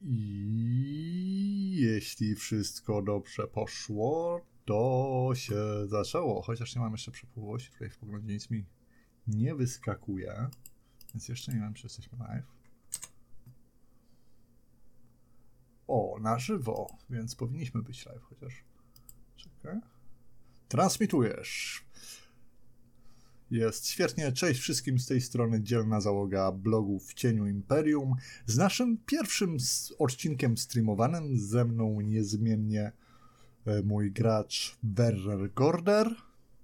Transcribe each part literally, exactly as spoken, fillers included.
I jeśli wszystko dobrze poszło, to się zaczęło. Chociaż nie mam jeszcze przepływości, tutaj w poglądzie nic mi nie wyskakuje. Więc jeszcze nie wiem, czy jesteśmy live. O, na żywo, więc powinniśmy być live, chociaż... Czekaj. Transmitujesz. Jest świetnie. Cześć wszystkim, z tej strony dzielna załoga blogu W Cieniu Imperium z naszym pierwszym odcinkiem streamowanym. Ze mną niezmiennie mój gracz Werner Gorder.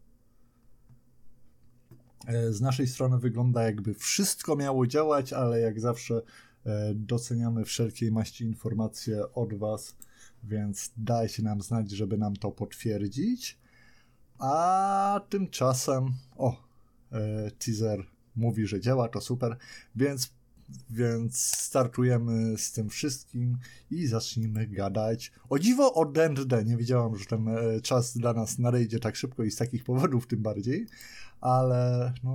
Z naszej strony wygląda, jakby wszystko miało działać, ale jak zawsze doceniamy wszelkiej maści informacje od was, więc dajcie nam znać, żeby nam to potwierdzić. A tymczasem o, teaser mówi, że działa, to super, więc, więc startujemy z tym wszystkim i zacznijmy gadać. O dziwo o D and D, nie wiedziałam, że ten czas dla nas nadejdzie tak szybko i z takich powodów tym bardziej, ale no...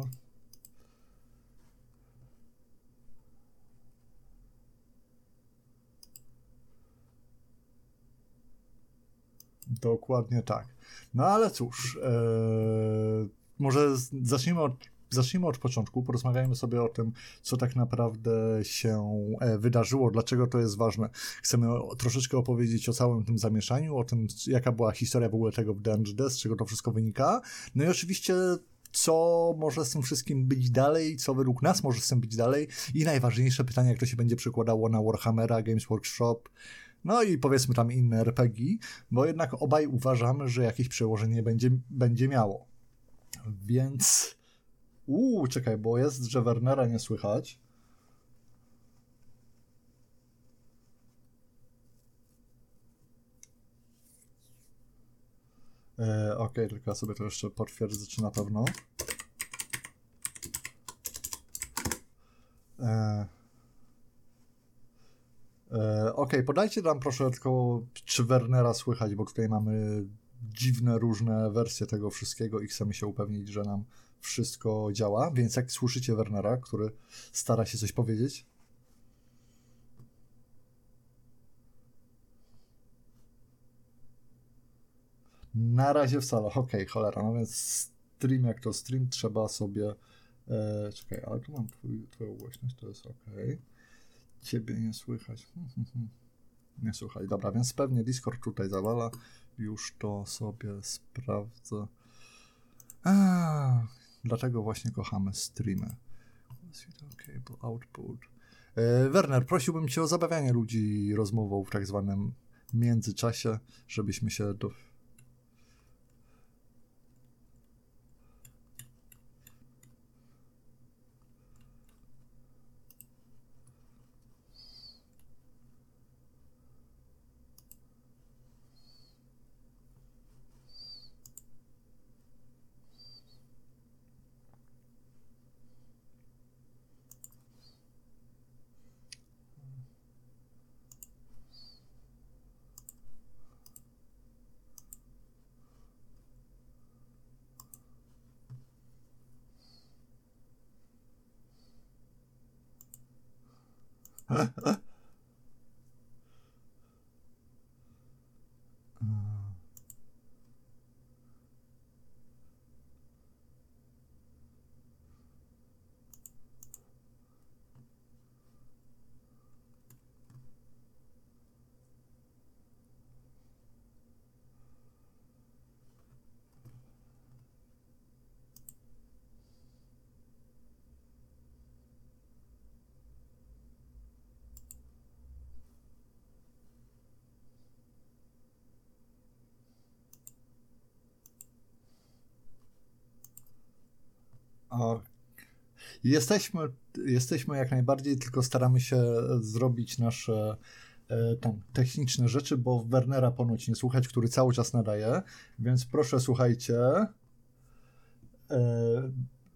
Dokładnie tak. No ale cóż, ee, może zacznijmy od, zacznijmy od początku, porozmawiajmy sobie o tym, co tak naprawdę się e, wydarzyło, dlaczego to jest ważne. Chcemy o, troszeczkę opowiedzieć o całym tym zamieszaniu, o tym, jaka była historia w ogóle tego w D and D, z czego to wszystko wynika. No i oczywiście, co może z tym wszystkim być dalej, co według nas może z tym być dalej i najważniejsze pytanie, jak to się będzie przekładało na Warhammera, Games Workshop, no i powiedzmy tam inne er pe gie, bo jednak obaj uważamy, że jakieś przełożenie będzie, będzie miało. Więc... Uuu, czekaj, bo jest, że Wernera nie słychać. E, Okej, okay, tylko ja sobie to jeszcze potwierdzę, czy na pewno. E, Okej, okay, podajcie nam proszę tylko, czy Wernera słychać, bo tutaj mamy dziwne, różne wersje tego wszystkiego i chcemy się upewnić, że nam wszystko działa, więc jak słyszycie Wernera, który stara się coś powiedzieć? Na razie wcale, okej, okay, cholera, no więc stream jak to stream, trzeba sobie... E, czekaj, ale tu mam twój, twoją głośność, to jest okej. Okay. Ciebie nie słychać. Nie słuchaj. Dobra, więc pewnie Discord tutaj zawala. Już to sobie sprawdzę. A, dlatego właśnie kochamy streamy. Cable output. E, Werner, prosiłbym cię o zabawianie ludzi rozmową w tak zwanym międzyczasie, żebyśmy się do... O, jesteśmy, jesteśmy jak najbardziej, tylko staramy się zrobić nasze e, tam techniczne rzeczy, bo Wernera ponoć nie słuchać, który cały czas nadaje, więc proszę słuchajcie. E,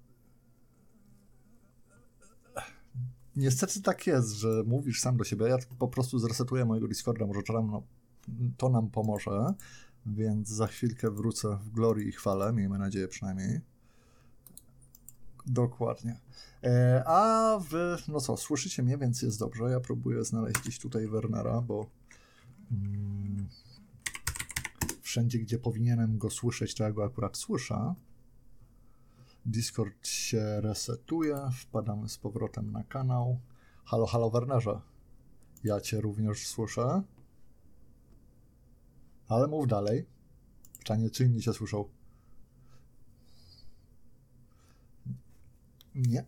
niestety tak jest, że mówisz sam do siebie. Ja po prostu zresetuję mojego Discorda, może to nam, no, to nam pomoże, więc za chwilkę wrócę w glorii i chwale, miejmy nadzieję przynajmniej. Dokładnie. E, a wy, no co, słyszycie mnie, więc jest dobrze. Ja próbuję znaleźć gdzieś tutaj Wernera, bo mm, wszędzie, gdzie powinienem go słyszeć, to ja go akurat słyszę. Discord się resetuje, wpadamy z powrotem na kanał. Halo, halo Wernerze. Ja cię również słyszę. Ale mów dalej. Pytanie, czy inni cię słyszą? Nie.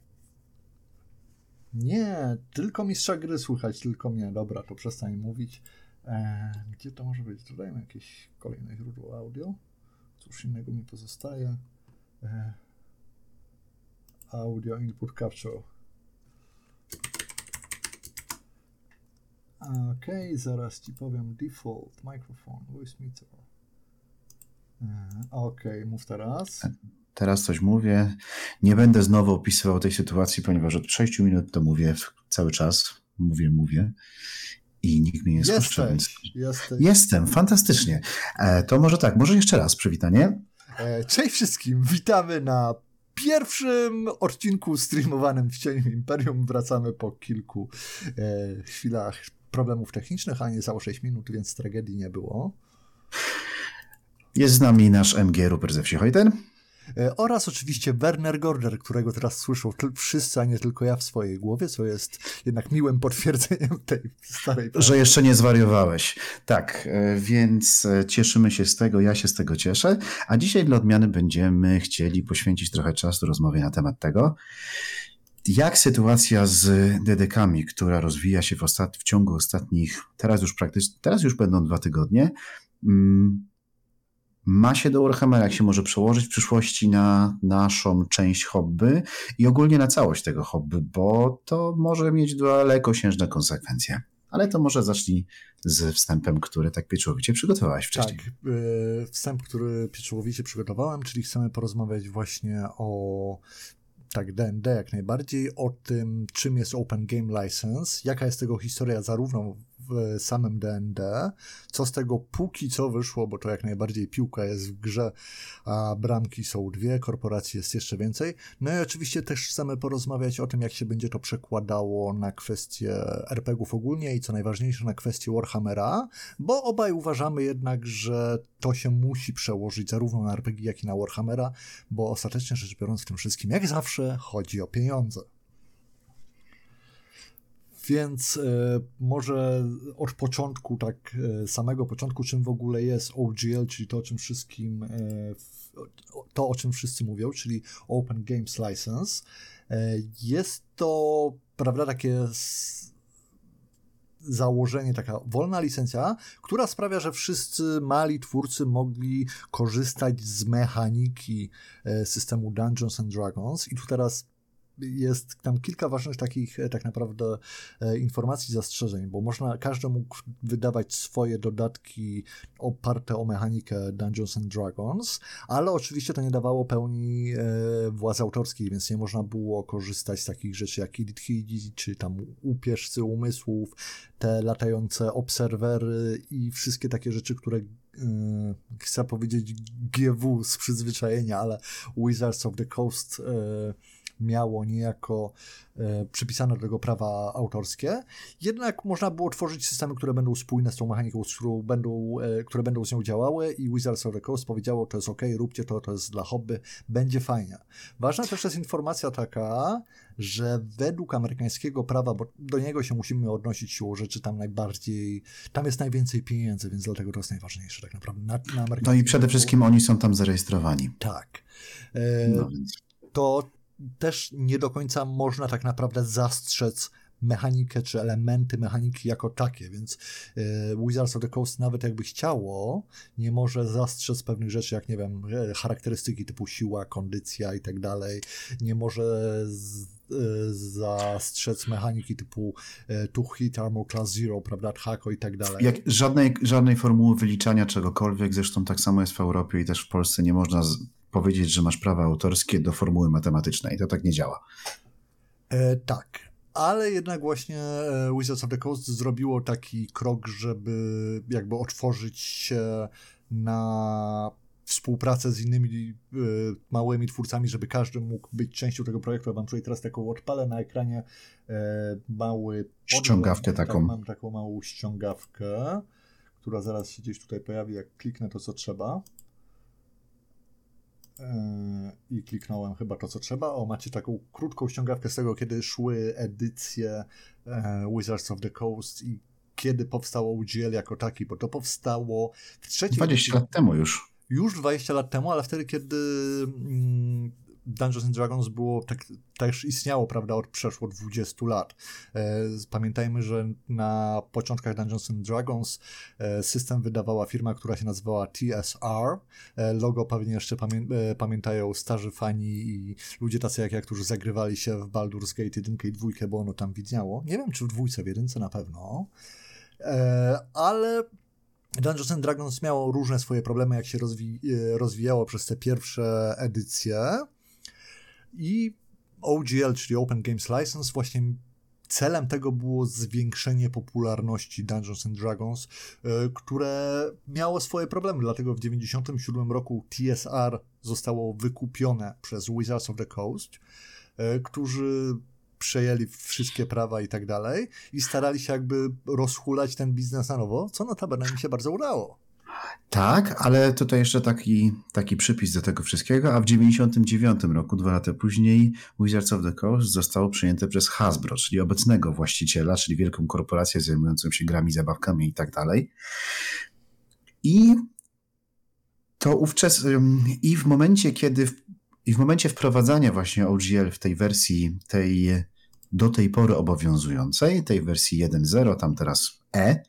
Nie, tylko mistrza gry słychać, tylko mnie. Dobra, to przestań mówić. Eee, gdzie to może być? Dodajmy jakieś kolejne źródło audio. Cóż innego mi pozostaje. Eee, audio input capture. Okej, okay, zaraz ci powiem. Default, microphone, voice meter. Eee, Okej, okay, mów teraz. Teraz coś mówię. Nie będę znowu opisywał tej sytuacji, ponieważ od sześciu minut to mówię cały czas. Mówię, mówię. I nikt mnie nie słyszy. Więc... Jesteś. Jestem, fantastycznie. E, to może tak, może jeszcze raz przywitanie. E, cześć wszystkim, witamy na pierwszym odcinku streamowanym w Cieniu Imperium. Wracamy po kilku e, chwilach problemów technicznych, a nie cało sześć minut, więc tragedii nie było. Jest z nami nasz M G Rupert ze Wsi Hojten. Oraz oczywiście Werner Gorder, którego teraz słyszą wszyscy, a nie tylko ja w swojej głowie, co jest jednak miłym potwierdzeniem tej starej prawdy. Że jeszcze nie zwariowałeś. Tak, więc cieszymy się z tego, ja się z tego cieszę, a dzisiaj dla odmiany będziemy chcieli poświęcić trochę czasu rozmowie na temat tego, jak sytuacja z D D K-ami, która rozwija się w, ostat... w ciągu ostatnich, teraz już praktycznie, teraz już będą dwa tygodnie, mm, ma się do Warhammera, jak się może przełożyć w przyszłości na naszą część hobby i ogólnie na całość tego hobby, bo to może mieć dalekosiężne konsekwencje. Ale to może zacznij z wstępem, który tak pieczołowicie przygotowałeś wcześniej. Tak, yy, wstęp, który pieczołowicie przygotowałem, czyli chcemy porozmawiać właśnie o tak, D and D jak najbardziej, o tym, czym jest Open Game License, jaka jest tego historia zarówno w samym D and D, co z tego póki co wyszło, bo to jak najbardziej piłka jest w grze, a bramki są dwie, korporacji jest jeszcze więcej. No i oczywiście też chcemy porozmawiać o tym, jak się będzie to przekładało na kwestie er pe gie ów ogólnie i co najważniejsze na kwestie Warhammera, bo obaj uważamy jednak, że to się musi przełożyć zarówno na er pe gie, jak i na Warhammera, bo ostatecznie rzecz biorąc w tym wszystkim, jak zawsze, chodzi o pieniądze. Więc y, może od początku, tak y, samego początku, czym w ogóle jest O G L, czyli to, o czym wszystkim, y, to, o czym wszyscy mówią, czyli Open Games License. Y, jest to, prawda, takie s- założenie, taka wolna licencja, która sprawia, że wszyscy mali twórcy mogli korzystać z mechaniki y, systemu Dungeons and Dragons. I tu teraz jest tam kilka ważnych takich tak naprawdę informacji, zastrzeżeń, bo można, każdy mógł wydawać swoje dodatki oparte o mechanikę Dungeons and Dragons, ale oczywiście to nie dawało pełni władzy autorskiej, więc nie można było korzystać z takich rzeczy jak Ilithidi, czy tam upierzcy umysłów, te latające obserwery i wszystkie takie rzeczy, które Yy, chcę powiedzieć G W z przyzwyczajenia, ale Wizards of the Coast yy, miało niejako e, przypisane do tego prawa autorskie, jednak można było tworzyć systemy, które będą spójne z tą mechaniką, z którą będą, e, które będą z nią działały i Wizards of the Coast powiedziało, to jest ok, róbcie to, to jest dla hobby, będzie fajnie. Ważna też jest informacja taka, że według amerykańskiego prawa, bo do niego się musimy odnosić siłą rzeczy, tam najbardziej, tam jest najwięcej pieniędzy, więc dlatego to jest najważniejsze tak naprawdę. Na, na no i przede wszystkim oni są tam zarejestrowani. Tak. E, no więc. To też nie do końca można tak naprawdę zastrzec mechanikę czy elementy mechaniki jako takie, więc y, Wizards of the Coast nawet jakby chciało, nie może zastrzec pewnych rzeczy, jak nie wiem, charakterystyki typu siła, kondycja i tak dalej, nie może z, y, zastrzec mechaniki typu y, two hit armor class zero, prawda, hako i tak dalej. Jak żadnej, żadnej formuły wyliczania czegokolwiek, zresztą tak samo jest w Europie i też w Polsce, nie można z, powiedzieć, że masz prawa autorskie do formuły matematycznej, to tak nie działa. E, tak. Ale jednak właśnie Wizards of the Coast zrobiło taki krok, żeby jakby otworzyć się na współpracę z innymi y, małymi twórcami, żeby każdy mógł być częścią tego projektu. Ja mam tutaj teraz taką odpalę na ekranie y, mały podgląd. Ściągawkę taką. Tak, mam taką małą ściągawkę, która zaraz się gdzieś tutaj pojawi, jak kliknę to, co trzeba. Y, I kliknąłem chyba to, co trzeba. O, macie taką krótką ściągawkę z tego, kiedy szły edycje y, Wizards of the Coast i kiedy powstało U G L jako taki, bo to powstało w trzeciej... dwadzieścia lat temu już. Już dwadzieścia lat temu, ale wtedy, kiedy mm, Dungeons and Dragons było, tak, też istniało, prawda, od przeszło dwudziestu lat. E, pamiętajmy, że na początkach Dungeons and Dragons e, system wydawała firma, która się nazywała T S R. E, logo pewnie jeszcze pamię- e, pamiętają starzy fani i ludzie tacy jak ja, którzy zagrywali się w Baldur's Gate jeden i dwa, bo ono tam widniało. Nie wiem, czy w dwójce, w jedynce na pewno. E, ale Dungeons and Dragons miało różne swoje problemy, jak się rozwi- rozwijało przez te pierwsze edycje i O G L, czyli Open Games License, właśnie celem tego było zwiększenie popularności Dungeons and Dragons, które miało swoje problemy, dlatego w dziewięćdziesiątym siódmym roku T S R zostało wykupione przez Wizards of the Coast, którzy przejęli wszystkie prawa i tak dalej i starali się jakby rozhulać ten biznes na nowo, co notabene mi się bardzo udało. Tak, ale tutaj jeszcze taki, taki przypis do tego wszystkiego, a w dziewięćdziesiątym dziewiątym roku, dwa lata później, Wizards of the Coast zostało przejęte przez Hasbro, czyli obecnego właściciela, czyli wielką korporację zajmującą się grami, zabawkami i tak dalej. I to ówczes, i w momencie, kiedy I w momencie wprowadzania właśnie O G L w tej wersji, tej do tej pory obowiązującej, tej wersji jeden zero, tam teraz E,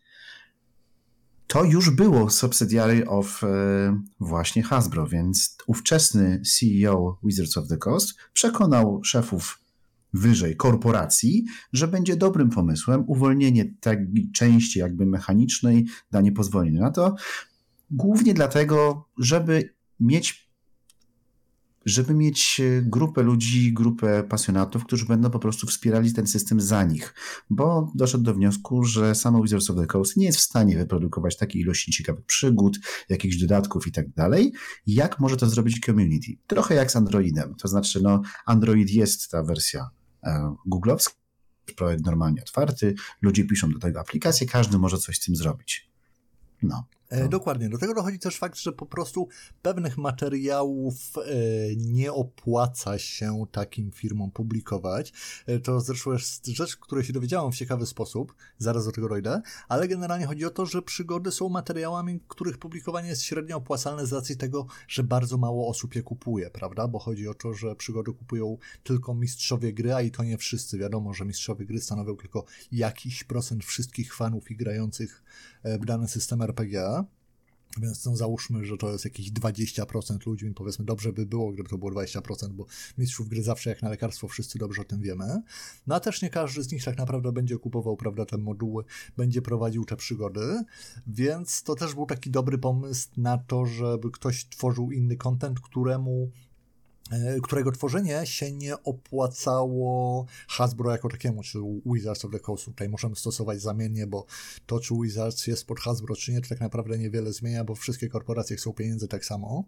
to już było subsidiary of e, właśnie Hasbro, więc ówczesny C E O Wizards of the Coast przekonał szefów wyżej korporacji, że będzie dobrym pomysłem uwolnienie tej części jakby mechanicznej, danie pozwolenia na to, głównie dlatego, żeby mieć żeby mieć grupę ludzi, grupę pasjonatów, którzy będą po prostu wspierali ten system za nich, bo doszedł do wniosku, że samo Wizards of the Coast nie jest w stanie wyprodukować takiej ilości ciekawych przygód, jakichś dodatków i tak dalej, jak może to zrobić community. Trochę jak z Androidem, to znaczy no Android jest ta wersja e, googlowska, projekt normalnie otwarty, ludzie piszą do tego aplikację, każdy może coś z tym zrobić. No. E, dokładnie. Do tego dochodzi też fakt, że po prostu pewnych materiałów e, nie opłaca się takim firmom publikować. E, to zresztą jest rzecz, której się dowiedziałem w ciekawy sposób, zaraz do tego dojdę, ale generalnie chodzi o to, że przygody są materiałami, których publikowanie jest średnio opłacalne z racji tego, że bardzo mało osób je kupuje, prawda? Bo chodzi o to, że przygody kupują tylko mistrzowie gry, a i to nie wszyscy. Wiadomo, że mistrzowie gry stanowią tylko jakiś procent wszystkich fanów i grających w dany system R P G. Więc no, załóżmy, że to jest jakieś dwadzieścia procent ludzi, powiedzmy, dobrze by było, gdyby to było dwadzieścia procent, bo mistrzów gry zawsze jak na lekarstwo, wszyscy dobrze o tym wiemy. No a też nie każdy z nich tak naprawdę będzie kupował, prawda, te moduły, będzie prowadził te przygody, więc to też był taki dobry pomysł na to, żeby ktoś tworzył inny content, któremu którego tworzenie się nie opłacało Hasbro jako takiemu, czy Wizards of the Coast. Tutaj możemy stosować zamiennie, bo to, czy Wizards jest pod Hasbro, czy nie, to tak naprawdę niewiele zmienia, bo wszystkie korporacje chcą pieniędzy tak samo.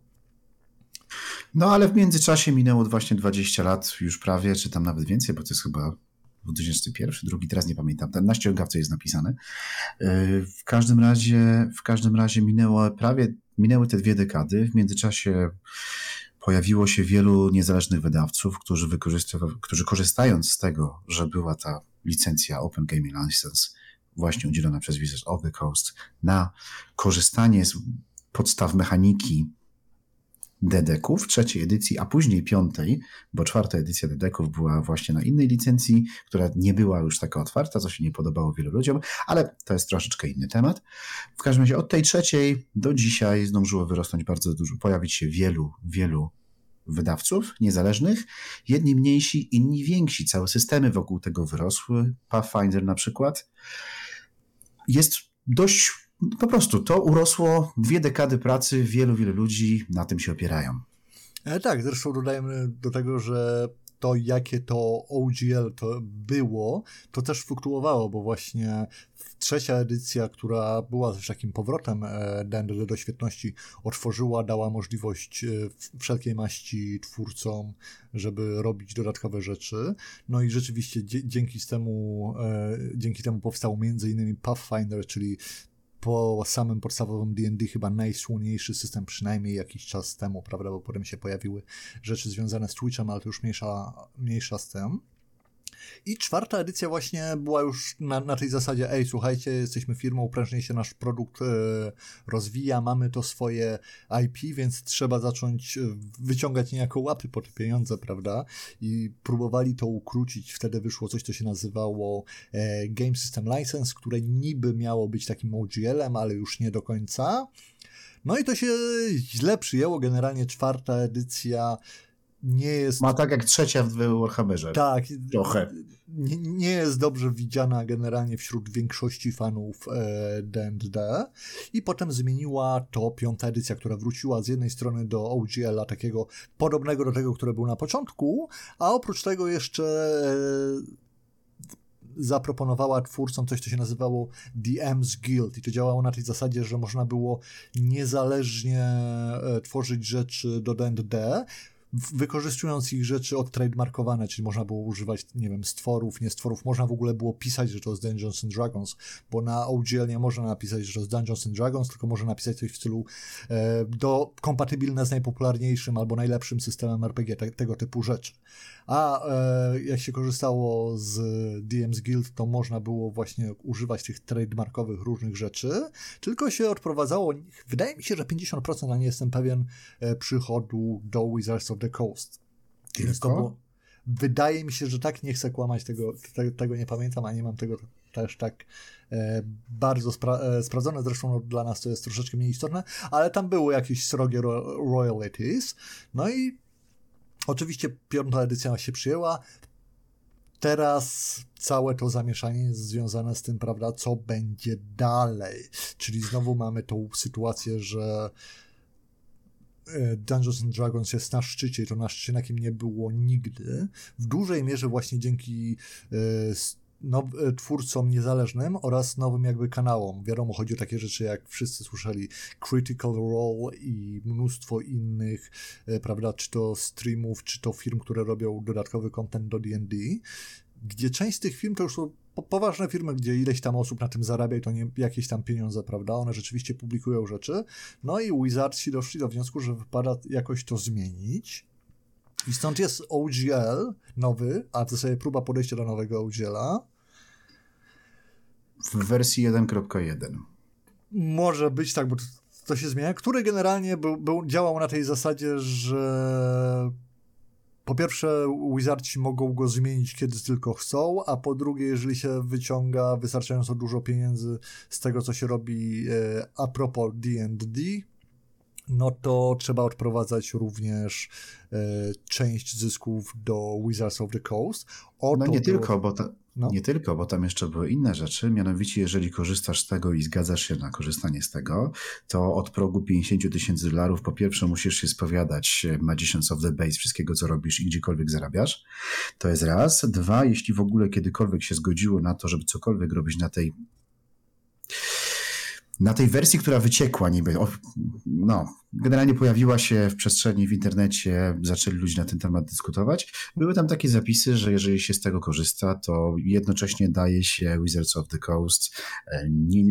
No ale w międzyczasie minęło właśnie dwadzieścia lat, już prawie, czy tam nawet więcej, bo to jest chyba dwa tysiące pierwszy, drugi, teraz nie pamiętam, ten na ściągawce jest napisane. W każdym razie, w każdym razie minęło prawie, minęły te dwie dekady, w międzyczasie pojawiło się wielu niezależnych wydawców, którzy, którzy korzystając z tego, że była ta licencja Open Gaming License właśnie udzielona przez Wizards of the Coast na korzystanie z podstaw mechaniki D D Ków trzeciej edycji, a później piątej, bo czwarta edycja D D Ków była właśnie na innej licencji, która nie była już taka otwarta, co się nie podobało wielu ludziom, ale to jest troszeczkę inny temat. W każdym razie od tej trzeciej do dzisiaj zdążyło wyrosnąć bardzo dużo, pojawić się wielu, wielu wydawców niezależnych, jedni mniejsi, inni więksi. Całe systemy wokół tego wyrosły. Pathfinder na przykład. Jest dość, po prostu to urosło, dwie dekady pracy, wielu, wielu ludzi na tym się opierają. E, tak, zresztą dodajmy do tego, że to, jakie to O G L to było, to też fluktuowało, bo właśnie trzecia edycja, która była też takim powrotem D and D do świetności, otworzyła, dała możliwość wszelkiej maści twórcom, żeby robić dodatkowe rzeczy. No i rzeczywiście dzięki temu, dzięki temu powstał między innymi Pathfinder, czyli po samym podstawowym D and D chyba najsłynniejszy system, przynajmniej jakiś czas temu, prawda, bo potem się pojawiły rzeczy związane z Twitchem, ale to już mniejsza, mniejsza z tym. I czwarta edycja właśnie była już na, na tej zasadzie, ej, słuchajcie, jesteśmy firmą, prężnie się nasz produkt e, rozwija, mamy to swoje I P, więc trzeba zacząć wyciągać niejako łapy po te pieniądze, prawda? I próbowali to ukrócić. Wtedy wyszło coś, co się nazywało e, Game System License, które niby miało być takim O G L-em, ale już nie do końca. No i to się źle przyjęło. Generalnie czwarta edycja nie jest... Ma tak jak trzecia w Warhammerze. Tak. Trochę. Nie, nie jest dobrze widziana generalnie wśród większości fanów e, D and D. I potem zmieniła to piąta edycja, która wróciła z jednej strony do O G L-a takiego podobnego do tego, które był na początku, a oprócz tego jeszcze e, zaproponowała twórcom coś, co się nazywało The M's Guild. I to działało na tej zasadzie, że można było niezależnie e, tworzyć rzeczy do D and D, wykorzystując ich rzeczy odtrademarkowane, czyli można było używać, nie wiem, stworów, nie stworów, można w ogóle było pisać, że to jest Dungeons and Dragons, bo na O G L nie można napisać, że to jest Dungeons and Dragons, tylko można napisać coś w stylu e, do, kompatybilne z najpopularniejszym albo najlepszym systemem R P G, te, tego typu rzeczy. A e, jak się korzystało z D M's Guild, to można było właśnie używać tych trademarkowych różnych rzeczy, tylko się odprowadzało, wydaje mi się, że pięćdziesiąt procent, a nie jestem pewien, e, przychodu do Wizards of the Coast. Więc to było, wydaje mi się, że tak, nie chcę kłamać, tego, te, tego nie pamiętam, a nie mam tego też tak e, bardzo spra- e, sprawdzone, zresztą no, dla nas to jest troszeczkę mniej istotne, ale tam były jakieś srogie ro- royalties, no i oczywiście piąta edycja się przyjęła. Teraz całe to zamieszanie jest związane z tym, prawda, co będzie dalej, czyli znowu mamy tą sytuację, że Dungeons and Dragons jest na szczycie i to na szczycie, na kim nie było nigdy. W dużej mierze właśnie dzięki y, now, y, twórcom niezależnym oraz nowym jakby kanałom. Wiadomo, chodzi o takie rzeczy, jak wszyscy słyszeli, Critical Role i mnóstwo innych, y, prawda, czy to streamów, czy to firm, które robią dodatkowy content do D and D, gdzie część z tych firm to już są po, poważne firmy, gdzie ileś tam osób na tym zarabia i to nie jakieś tam pieniądze, prawda? One rzeczywiście publikują rzeczy. No i Wizardsi doszli do wniosku, że wypada jakoś to zmienić. I stąd jest O G L nowy, a w zasadzie próba podejścia do nowego O G L-a. W wersji jeden kropka jeden. Może być tak, bo to, to się zmienia, który generalnie był, był, działał na tej zasadzie, że po pierwsze Wizardsi mogą go zmienić kiedy tylko chcą, a po drugie, jeżeli się wyciąga wystarczająco dużo pieniędzy z tego, co się robi e, a propos D and D, no to trzeba odprowadzać również e, część zysków do Wizards of the Coast. O no to nie było... tylko, bo ta... No. Nie tylko, bo tam jeszcze były inne rzeczy, mianowicie jeżeli korzystasz z tego i zgadzasz się na korzystanie z tego, to od progu pięćdziesiąt tysięcy dolarów po pierwsze musisz się spowiadać Magicians of the Base, wszystkiego co robisz i gdziekolwiek zarabiasz. To jest raz. Dwa, jeśli w ogóle kiedykolwiek się zgodziło na to, żeby cokolwiek robić na tej na tej wersji, która wyciekła niby, no, generalnie pojawiła się w przestrzeni w internecie, zaczęli ludzie na ten temat dyskutować. Były tam takie zapisy, że jeżeli się z tego korzysta, to jednocześnie daje się Wizards of the Coast nie,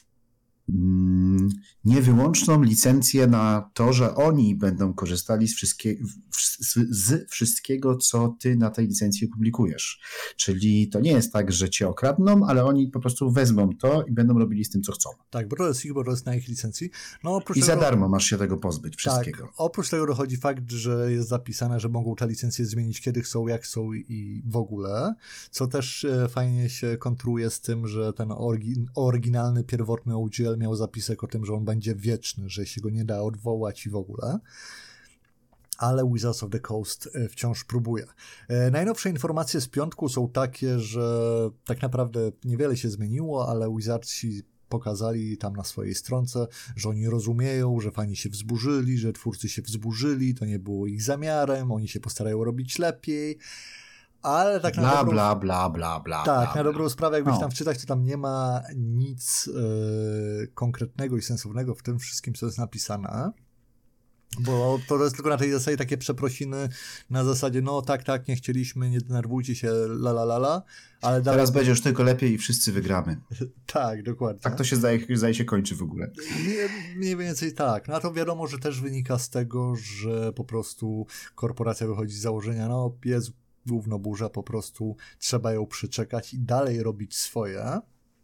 nie wyłączną licencję na to, że oni będą korzystali z, wszystkie, z, z wszystkiego, co ty na tej licencji publikujesz. Czyli to nie jest tak, że cię okradną, ale oni po prostu wezmą to i będą robili z tym, co chcą. Tak, bo to jest ich, bo to jest na ich licencji. No, oprócz I tego, za darmo masz się tego pozbyć, wszystkiego. Tak, oprócz tego dochodzi fakt, że jest zapisane, że mogą te licencje zmienić kiedy chcą, jak chcą i w ogóle, co też fajnie się kontruje z tym, że ten orgi- oryginalny, pierwotny O G L miał zapisek o tym, że on będzie wieczny, że się go nie da odwołać i w ogóle. Ale Wizards of the Coast wciąż próbuje. Najnowsze informacje z piątku są takie, że tak naprawdę niewiele się zmieniło, ale Wizardsi pokazali tam na swojej stronce, że oni rozumieją, że fani się wzburzyli, że twórcy się wzburzyli, to nie było ich zamiarem, oni się postarają robić lepiej, ale tak bla, na dobrą... Bla, bla, bla, bla, Tak, bla, na dobrą sprawę, jakbyś no. tam wczytać, to tam nie ma nic yy, konkretnego i sensownego w tym wszystkim, co jest napisane. Bo to jest tylko na tej zasadzie takie przeprosiny na zasadzie, no tak, tak, nie chcieliśmy, nie denerwujcie się, la, la, la, la. Ale Teraz dalej... będzie już tylko lepiej i wszyscy wygramy. Tak, dokładnie. Tak to się zdaje, zdaje się kończy w ogóle. Mniej, mniej więcej tak. No to wiadomo, że też wynika z tego, że po prostu korporacja wychodzi z założenia, no jest gówno burza, po prostu trzeba ją przeczekać i dalej robić swoje.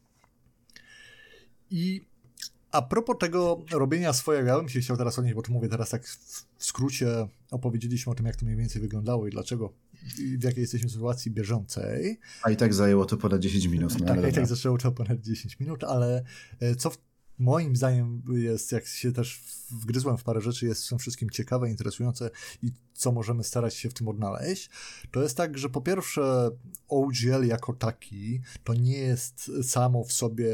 I a propos tego robienia swojego, ja bym się chciał teraz odnieść, bo tu mówię teraz tak w skrócie, opowiedzieliśmy o tym, jak to mniej więcej wyglądało i dlaczego, i w jakiej jesteśmy sytuacji bieżącej. A i tak zajęło to ponad dziesięć minut. No, tak, ale i tak zaczęło to ponad dziesięć minut, ale co w, moim zdaniem jest, jak się też wgryzłem w parę rzeczy, jest w tym wszystkim ciekawe, interesujące i co możemy starać się w tym odnaleźć, to jest tak, że po pierwsze O G L jako taki to nie jest samo w sobie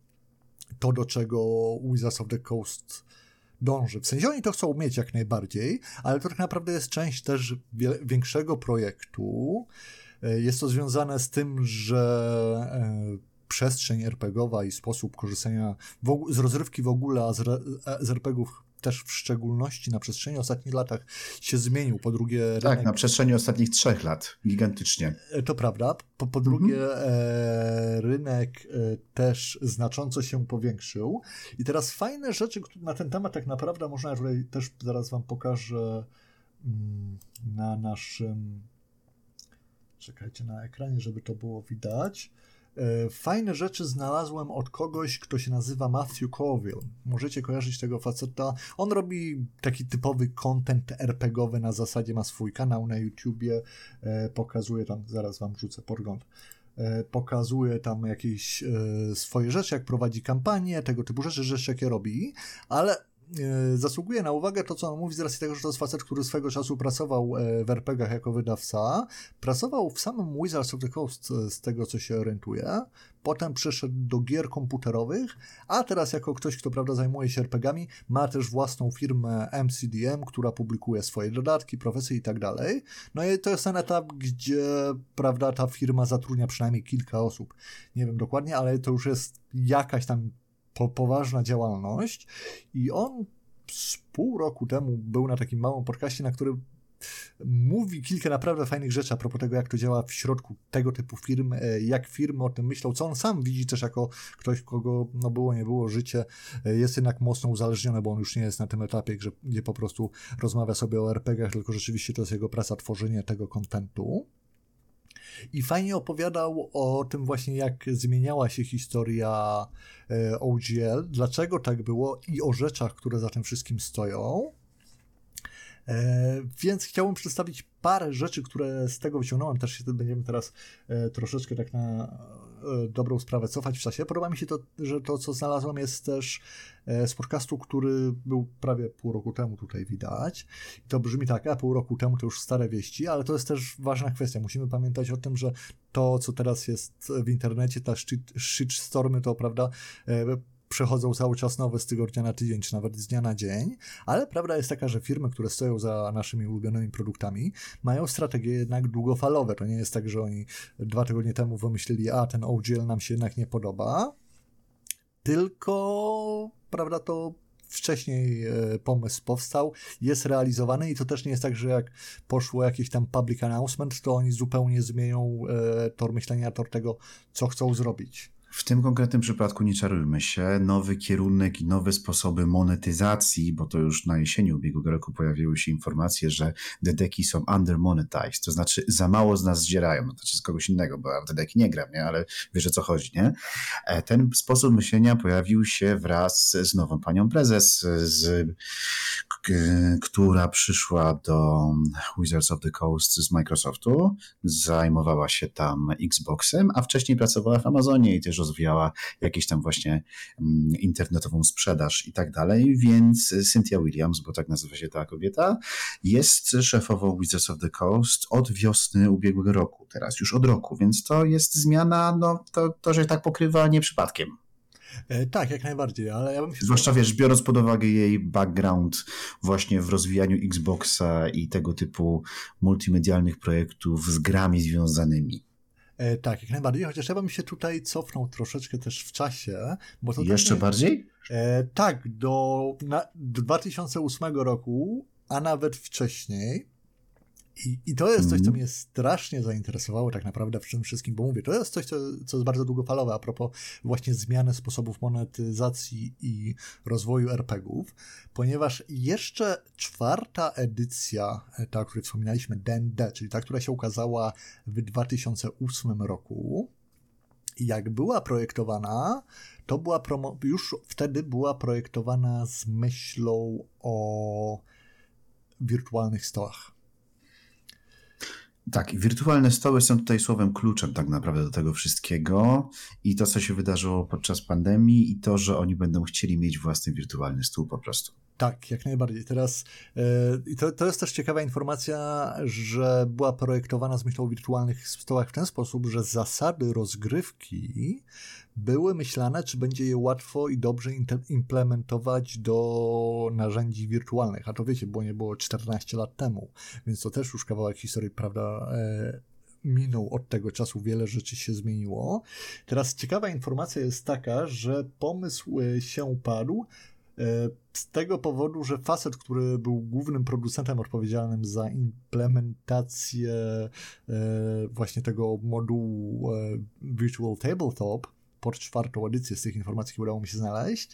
to, do czego Wizards of the Coast dąży. W sensie oni to chcą mieć jak najbardziej, ale to tak naprawdę jest część też wie- większego projektu. Jest to związane z tym, że e, przestrzeń er pe gie owa i sposób korzystania w og- z rozrywki w ogóle, a z, re- z er pe gie ów też w szczególności na przestrzeni ostatnich latach się zmienił. Po drugie... Tak, rynek... na przestrzeni ostatnich trzech lat. Gigantycznie. To prawda. Po, po drugie mhm. e, rynek e, też znacząco się powiększył. I teraz fajne rzeczy na ten temat tak naprawdę można, ja tutaj też zaraz wam pokażę mm, na naszym... Czekajcie, na ekranie, żeby to było widać. Fajne rzeczy znalazłem od kogoś, kto się nazywa Matthew Colville. Możecie kojarzyć tego faceta. On robi taki typowy content er pe gie owy na zasadzie, ma swój kanał na YouTubie, pokazuje tam, zaraz wam wrzucę podgląd, pokazuje tam jakieś swoje rzeczy, jak prowadzi kampanię, tego typu rzeczy, rzeczy jakie robi, ale zasługuje na uwagę to, co on mówi z racji tego, że to jest facet, który swego czasu pracował w er pe gie ach jako wydawca, pracował w samym Wizards of the Coast z tego, co się orientuje, potem przeszedł do gier komputerowych, a teraz jako ktoś, kto prawda zajmuje się er pe gie ami, ma też własną firmę em si di em, która publikuje swoje dodatki, profesje i tak dalej. No i to jest ten etap, gdzie prawda ta firma zatrudnia przynajmniej kilka osób. Nie wiem dokładnie, ale to już jest jakaś tam Po, poważna działalność i on z pół roku temu był na takim małym podcaście, na którym mówi kilka naprawdę fajnych rzeczy a propos tego, jak to działa w środku tego typu firm, jak firmy o tym myślą, co on sam widzi też jako ktoś, kogo no było, nie było, życie jest jednak mocno uzależnione, bo on już nie jest na tym etapie, gdzie, gdzie po prostu rozmawia sobie o er pe gie ach, tylko rzeczywiście to jest jego praca, tworzenie tego kontentu. I fajnie opowiadał o tym właśnie, jak zmieniała się historia O G L, dlaczego tak było i o rzeczach, które za tym wszystkim stoją. E, więc chciałbym przedstawić parę rzeczy, które z tego wyciągnąłem. Też się będziemy teraz e, troszeczkę tak na e, dobrą sprawę cofać w czasie. Podoba mi się to, że to, co znalazłem, jest też e, z podcastu, który był prawie pół roku temu tutaj widać. I to brzmi tak, a pół roku temu to już stare wieści, ale to jest też ważna kwestia. Musimy pamiętać o tym, że to, co teraz jest w internecie, te shitstormy, to prawda, e, przechodzą cały czas nowe z tygodnia na tydzień, czy nawet z dnia na dzień, ale prawda jest taka, że firmy, które stoją za naszymi ulubionymi produktami, mają strategie jednak długofalowe. To nie jest tak, że oni dwa tygodnie temu wymyślili, a ten O G L nam się jednak nie podoba, tylko prawda to wcześniej pomysł powstał, jest realizowany i to też nie jest tak, że jak poszło jakiś tam public announcement, to oni zupełnie zmienią tor myślenia, tor tego, co chcą zrobić. W tym konkretnym przypadku nie czarujmy się, nowy kierunek i nowe sposoby monetyzacji, bo to już na jesieni ubiegłego roku pojawiły się informacje, że te deki są undermonetized, to znaczy za mało z nas zdzierają, no to znaczy z kogoś innego, bo ja w te deki nie gram, nie? Ale wiesz o co chodzi, nie? Ten sposób myślenia pojawił się wraz z nową panią prezes, z, k, która przyszła do Wizards of the Coast z Microsoftu, zajmowała się tam Xboxem, a wcześniej pracowała w Amazonie i też rozwijała jakieś tam właśnie internetową sprzedaż i tak dalej, więc Cynthia Williams, bo tak nazywa się ta kobieta, jest szefową Wizards of the Coast od wiosny ubiegłego roku, teraz już od roku, więc to jest zmiana, no to, to że tak pokrywa nie przypadkiem. E, tak, jak najbardziej, ale ja bym się... Zwłaszcza, wiesz, biorąc pod uwagę jej background właśnie w rozwijaniu Xboxa i tego typu multimedialnych projektów z grami związanymi. E, tak, jak najbardziej, chociaż ja bym się tutaj cofnął troszeczkę też w czasie. Bo to Jeszcze tak, bardziej? E, tak, do, na, do dwa tysiące ósmego roku, a nawet wcześniej. I, I to jest coś, co Mm. mnie strasznie zainteresowało tak naprawdę w tym wszystkim, bo mówię, to jest coś, co, co jest bardzo długofalowe a propos właśnie zmiany sposobów monetyzacji i rozwoju er pe gie ów, ponieważ jeszcze czwarta edycja, ta, o której wspominaliśmy, D and D, czyli ta, która się ukazała w dwa tysiące ósmym roku, jak była projektowana, to była promo- już wtedy była projektowana z myślą o wirtualnych stołach. Tak, i wirtualne stoły są tutaj słowem kluczem tak naprawdę do tego wszystkiego i to, co się wydarzyło podczas pandemii i to, że oni będą chcieli mieć własny wirtualny stół po prostu. Tak, jak najbardziej. Teraz yy, to, to jest też ciekawa informacja, że była projektowana z myślą o wirtualnych stołach w ten sposób, że zasady rozgrywki były myślane, czy będzie je łatwo i dobrze implementować do narzędzi wirtualnych. A to wiecie, bo nie było czternaście lat temu, więc to też już kawałek historii, prawda, yy, minął od tego czasu, wiele rzeczy się zmieniło. Teraz ciekawa informacja jest taka, że pomysł się padł z tego powodu, że facet, który był głównym producentem odpowiedzialnym za implementację właśnie tego modułu Virtual Tabletop pod czwartą edycję z tych informacji, które udało mi się znaleźć,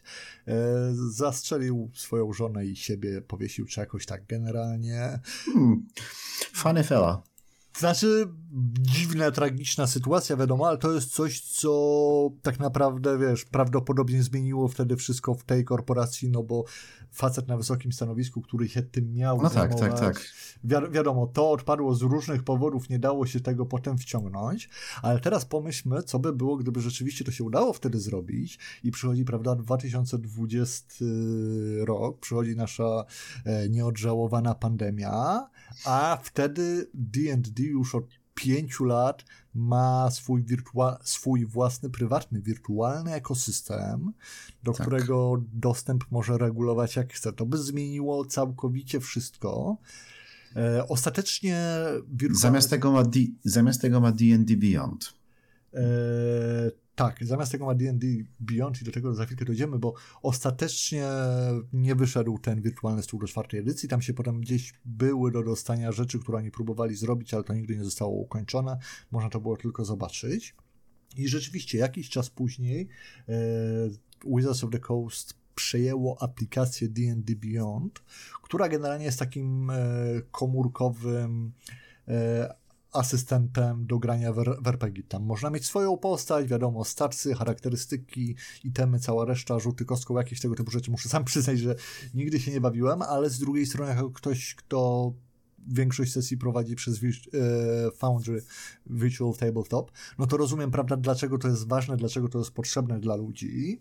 zastrzelił swoją żonę i siebie powiesił, czy jakoś tak generalnie. Hmm. Funny fella. Znaczy, dziwna, tragiczna sytuacja, wiadomo, ale to jest coś, co tak naprawdę, wiesz, prawdopodobnie zmieniło wtedy wszystko w tej korporacji, no bo facet na wysokim stanowisku, który się tym miał no zajmować, tak, tak, tak. Wi- wiadomo, to odpadło z różnych powodów, nie dało się tego potem wciągnąć, ale teraz pomyślmy, co by było, gdyby rzeczywiście to się udało wtedy zrobić i przychodzi, prawda, dwa tysiące dwudziesty rok, przychodzi nasza e, nieodżałowana pandemia, a wtedy D and D już od pięciu lat ma swój, wirtua- swój własny, prywatny, wirtualny ekosystem, do tak. którego dostęp może regulować jak chce. To by zmieniło całkowicie wszystko. E, ostatecznie wirtualny... Zamiast tego ma D, zamiast tego ma D and D Beyond. E, tak, zamiast tego ma D and D Beyond i do tego za chwilkę dojdziemy, bo ostatecznie nie wyszedł ten wirtualny stół do czwartej edycji. Tam się potem gdzieś były do dostania rzeczy, które oni próbowali zrobić, ale to nigdy nie zostało ukończone. Można to było tylko zobaczyć. I rzeczywiście jakiś czas później e, Wizards of the Coast przejęło aplikację D and D Beyond, która generalnie jest takim e, komórkowym e, asystentem do grania w er pe gie. Tam można mieć swoją postać, wiadomo, statsy, charakterystyki, itemy, cała reszta, rzuty kostką, jakieś tego typu rzeczy. Muszę sam przyznać, że nigdy się nie bawiłem, ale z drugiej strony jako ktoś, kto większość sesji prowadzi przez Foundry Virtual Tabletop, no to rozumiem, prawda, dlaczego to jest ważne, dlaczego to jest potrzebne dla ludzi.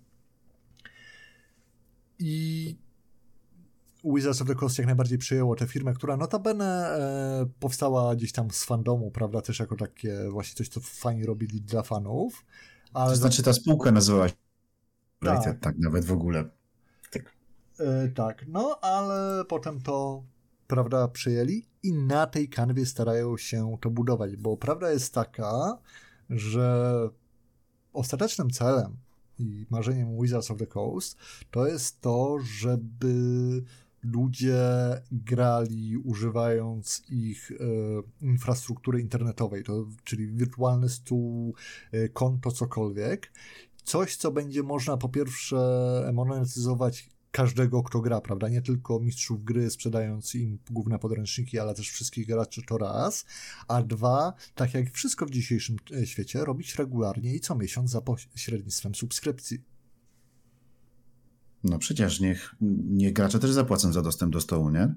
I Wizards of the Coast jak najbardziej przyjęło tę firmę, która notabene e, powstała gdzieś tam z fandomu, prawda, też jako takie właśnie coś, co fani robili dla fanów. Ale to znaczy ta spółka nazywała się tak, tak, tak nawet w ogóle. Tak. E, tak, no ale potem to, prawda, przyjęli i na tej kanwie starają się to budować, bo prawda jest taka, że ostatecznym celem i marzeniem Wizards of the Coast to jest to, żeby ludzie grali używając ich e, infrastruktury internetowej, to, czyli wirtualny stół, e, konto, cokolwiek. Coś, co będzie można po pierwsze monetyzować każdego, kto gra, prawda? Nie tylko mistrzów gry, sprzedając im główne podręczniki, ale też wszystkich graczy, to raz. A dwa, tak jak wszystko w dzisiejszym świecie, robić regularnie i co miesiąc za pośrednictwem subskrypcji. No przecież niech, niech gracze też zapłacą za dostęp do stołu, nie?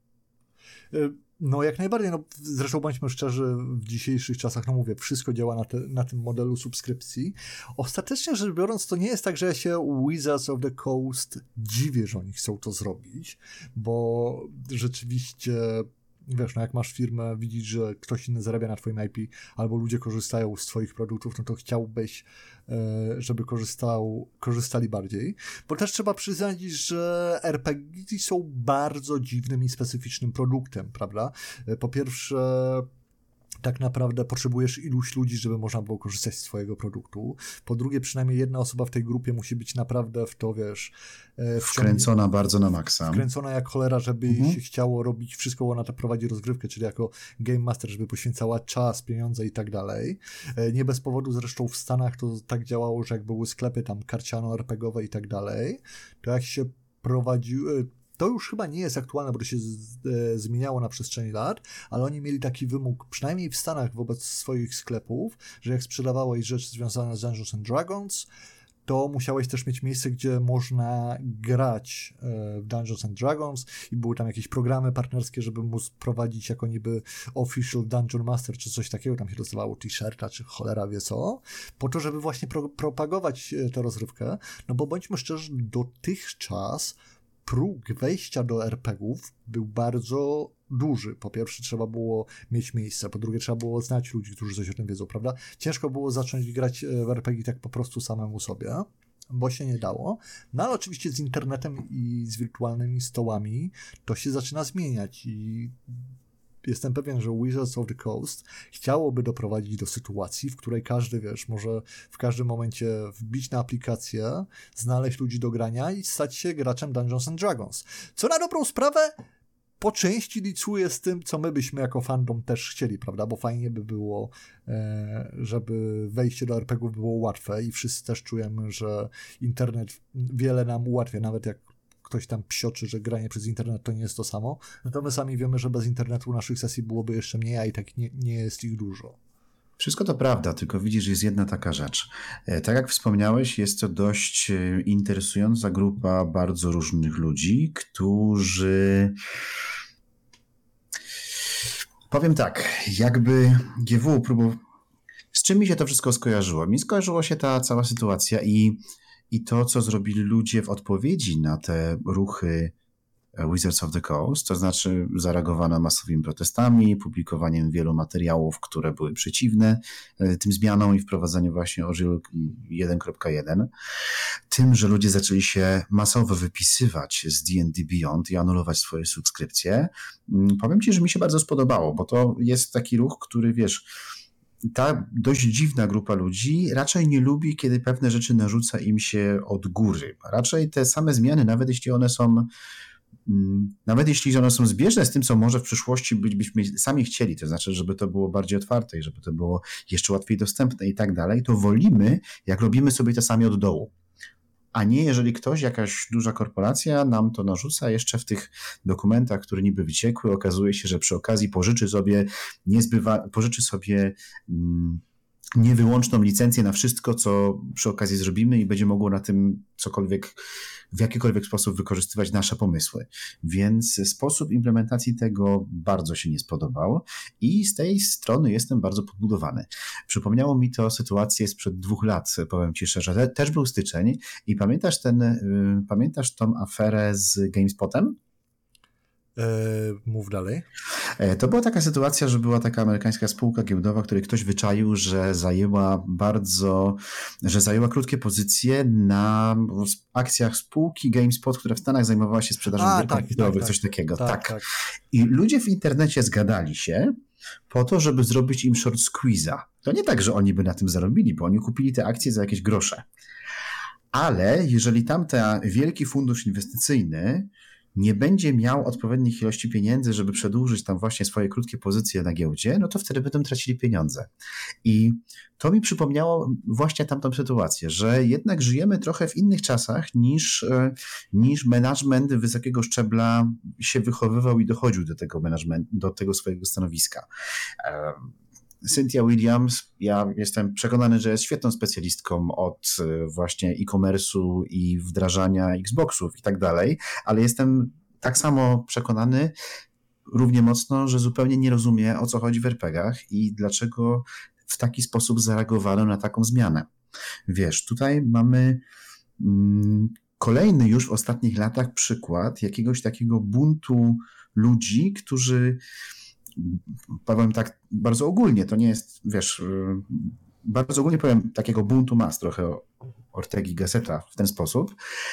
No jak najbardziej, no zresztą bądźmy szczerzy, w dzisiejszych czasach, no mówię, wszystko działa na, te, na tym modelu subskrypcji. Ostatecznie rzecz biorąc, to nie jest tak, że ja się Wizards of the Coast dziwię, że oni chcą to zrobić, bo rzeczywiście wiesz, no jak masz firmę, widzisz, że ktoś inny zarabia na twoim I P, albo ludzie korzystają z twoich produktów, no to chciałbyś, żeby korzystał, korzystali bardziej. Bo też trzeba przyznać, że R P G są bardzo dziwnym i specyficznym produktem, prawda? Po pierwsze, tak naprawdę potrzebujesz iluś ludzi, żeby można było korzystać z twojego produktu. Po drugie, przynajmniej jedna osoba w tej grupie musi być naprawdę w to, wiesz... Wkręcona wciągnie, bardzo na maksa. Wkręcona jak cholera, żeby mhm. się chciało robić wszystko, bo ona to prowadzi rozgrywkę, czyli jako game master, żeby poświęcała czas, pieniądze i tak dalej. Nie bez powodu zresztą w Stanach to tak działało, że jak były sklepy tam karciano, er pe gie owe i tak dalej, to jak się prowadziły... To już chyba nie jest aktualne, bo to się z, e, zmieniało na przestrzeni lat, ale oni mieli taki wymóg, przynajmniej w Stanach wobec swoich sklepów, że jak sprzedawałeś rzeczy związane z Dungeons and Dragons, to musiałeś też mieć miejsce, gdzie można grać e, w Dungeons and Dragons i były tam jakieś programy partnerskie, żeby móc prowadzić jako niby official Dungeon Master czy coś takiego, tam się dostawało t-shirta czy cholera wie co, po to, żeby właśnie pro, propagować tę rozrywkę, no bo bądźmy szczerzy, dotychczas próg wejścia do er pe gie ów był bardzo duży. Po pierwsze trzeba było mieć miejsce, po drugie trzeba było znać ludzi, którzy coś o tym wiedzą, prawda? Ciężko było zacząć grać w er pe gie tak po prostu samemu sobie, bo się nie dało. No ale oczywiście z internetem i z wirtualnymi stołami to się zaczyna zmieniać i jestem pewien, że Wizards of the Coast chciałoby doprowadzić do sytuacji, w której każdy, wiesz, może w każdym momencie wbić na aplikację, znaleźć ludzi do grania i stać się graczem Dungeons and Dragons. Co na dobrą sprawę po części licuje z tym, co my byśmy jako fandom też chcieli, prawda? Bo fajnie by było, żeby wejście do er pe gie ów było łatwe i wszyscy też czujemy, że internet wiele nam ułatwia, nawet jak ktoś tam psioczy, że granie przez internet to nie jest to samo, no to my sami wiemy, że bez internetu naszych sesji byłoby jeszcze mniej, a i tak nie, nie jest ich dużo. Wszystko to prawda, tylko widzisz, jest jedna taka rzecz. Tak jak wspomniałeś, jest to dość interesująca grupa bardzo różnych ludzi, którzy... Powiem tak, jakby G W próbował... Z czym mi się to wszystko skojarzyło? Mi skojarzyło się ta cała sytuacja i I to, co zrobili ludzie w odpowiedzi na te ruchy Wizards of the Coast, to znaczy zareagowano masowymi protestami, publikowaniem wielu materiałów, które były przeciwne tym zmianom i wprowadzeniu właśnie O R G L jeden kropka jeden, tym, że ludzie zaczęli się masowo wypisywać z D and D Beyond i anulować swoje subskrypcje. Powiem ci, że mi się bardzo spodobało, bo to jest taki ruch, który wiesz... Ta dość dziwna grupa ludzi raczej nie lubi, kiedy pewne rzeczy narzuca im się od góry. Raczej te same zmiany, nawet jeśli one są nawet jeśli one są zbieżne z tym, co może w przyszłości być, byśmy sami chcieli, to znaczy, żeby to było bardziej otwarte i żeby to było jeszcze łatwiej dostępne i tak dalej, to wolimy, jak robimy sobie to sami od dołu. A nie jeżeli ktoś, jakaś duża korporacja nam to narzuca jeszcze w tych dokumentach, które niby wyciekły, okazuje się, że przy okazji pożyczy sobie niezbywa, pożyczy sobie mm, niewyłączną licencję na wszystko, co przy okazji zrobimy i będzie mogło na tym cokolwiek, w jakikolwiek sposób wykorzystywać nasze pomysły. Więc sposób implementacji tego bardzo się nie spodobał i z tej strony jestem bardzo podbudowany. Przypomniało mi to sytuację sprzed dwóch lat, powiem ci szczerze. Te, też był styczeń i pamiętasz ten, y, pamiętasz tą aferę z GameSpotem? Mów dalej. To była taka sytuacja, że była taka amerykańska spółka giełdowa, której ktoś wyczaił, że zajęła bardzo, że zajęła krótkie pozycje na akcjach spółki GameSpot, która w Stanach zajmowała się sprzedażą gier tak, komputerowych, tak, coś takiego. Tak, tak. tak. I ludzie w internecie zgadali się po to, żeby zrobić im short squeeze'a. To nie tak, że oni by na tym zarobili, bo oni kupili te akcje za jakieś grosze. Ale jeżeli tamten wielki fundusz inwestycyjny nie będzie miał odpowiednich ilości pieniędzy, żeby przedłużyć tam właśnie swoje krótkie pozycje na giełdzie, no to wtedy będą tracili pieniądze. I to mi przypomniało właśnie tamtą sytuację, że jednak żyjemy trochę w innych czasach niż, niż management wysokiego szczebla się wychowywał i dochodził do tego management, do tego swojego stanowiska. Cynthia Williams, ja jestem przekonany, że jest świetną specjalistką od właśnie e-commerce'u i wdrażania Xboxów i tak dalej, ale jestem tak samo przekonany równie mocno, że zupełnie nie rozumie, o co chodzi w er pe gie ach i dlaczego w taki sposób zareagowano na taką zmianę. Wiesz, tutaj mamy mm, kolejny już w ostatnich latach przykład jakiegoś takiego buntu ludzi, którzy, powiem tak bardzo ogólnie, to nie jest, wiesz, bardzo ogólnie powiem, takiego buntu mas trochę Ortegi Gasseta w ten sposób.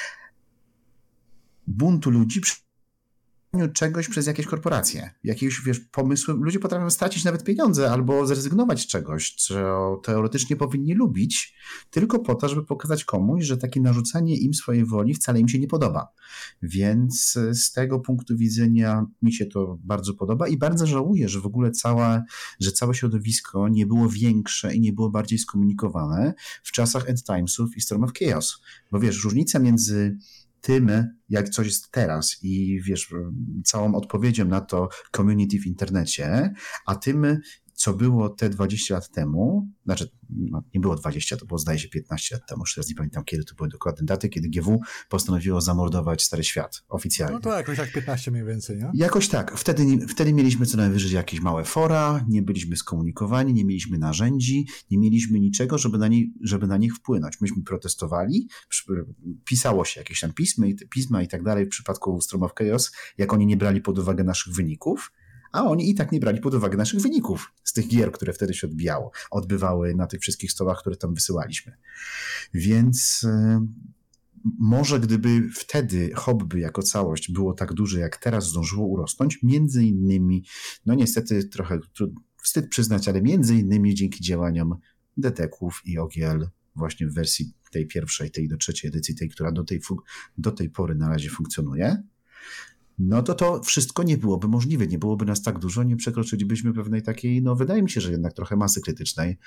Buntu ludzi przy czegoś przez jakieś korporacje, jakieś, wiesz, pomysły. Ludzie potrafią stracić nawet pieniądze albo zrezygnować z czegoś, co teoretycznie powinni lubić, tylko po to, żeby pokazać komuś, że takie narzucanie im swojej woli wcale im się nie podoba. Więc z tego punktu widzenia mi się to bardzo podoba i bardzo żałuję, że w ogóle cała, że całe środowisko nie było większe i nie było bardziej skomunikowane w czasach End Timesów i Storm of Chaos. Bo wiesz, różnica między tym, jak coś jest teraz i wiesz, całą odpowiedzią na to community w internecie, a tym, co było te dwadzieścia lat temu, znaczy no, nie było dwadzieścia, to było zdaje się piętnaście lat temu, już teraz nie pamiętam kiedy to były dokładne daty, kiedy G W postanowiło zamordować Stary Świat oficjalnie. No to jakoś tak piętnaście mniej więcej, nie? Jakoś tak. Wtedy, wtedy mieliśmy co najwyżej jakieś małe fora, nie byliśmy skomunikowani, nie mieliśmy narzędzi, nie mieliśmy niczego, żeby na, nie, żeby na nich wpłynąć. Myśmy protestowali, pisało się jakieś tam pismy, pisma i tak dalej w przypadku Storm of Chaos, jak oni nie brali pod uwagę naszych wyników, a oni i tak nie brali pod uwagę naszych wyników z tych gier, które wtedy się odbijało, odbywały na tych wszystkich stołach, które tam wysyłaliśmy. Więc y, może gdyby wtedy hobby jako całość było tak duże, jak teraz zdążyło urosnąć, między innymi, no niestety trochę wstyd przyznać, ale między innymi dzięki działaniom D T K-ów i O G L właśnie w wersji tej pierwszej, tej do trzeciej edycji, tej, która do tej, do tej pory na razie funkcjonuje, no to to wszystko nie byłoby możliwe, nie byłoby nas tak dużo, nie przekroczylibyśmy pewnej takiej, no wydaje mi się, że jednak trochę masy krytycznej,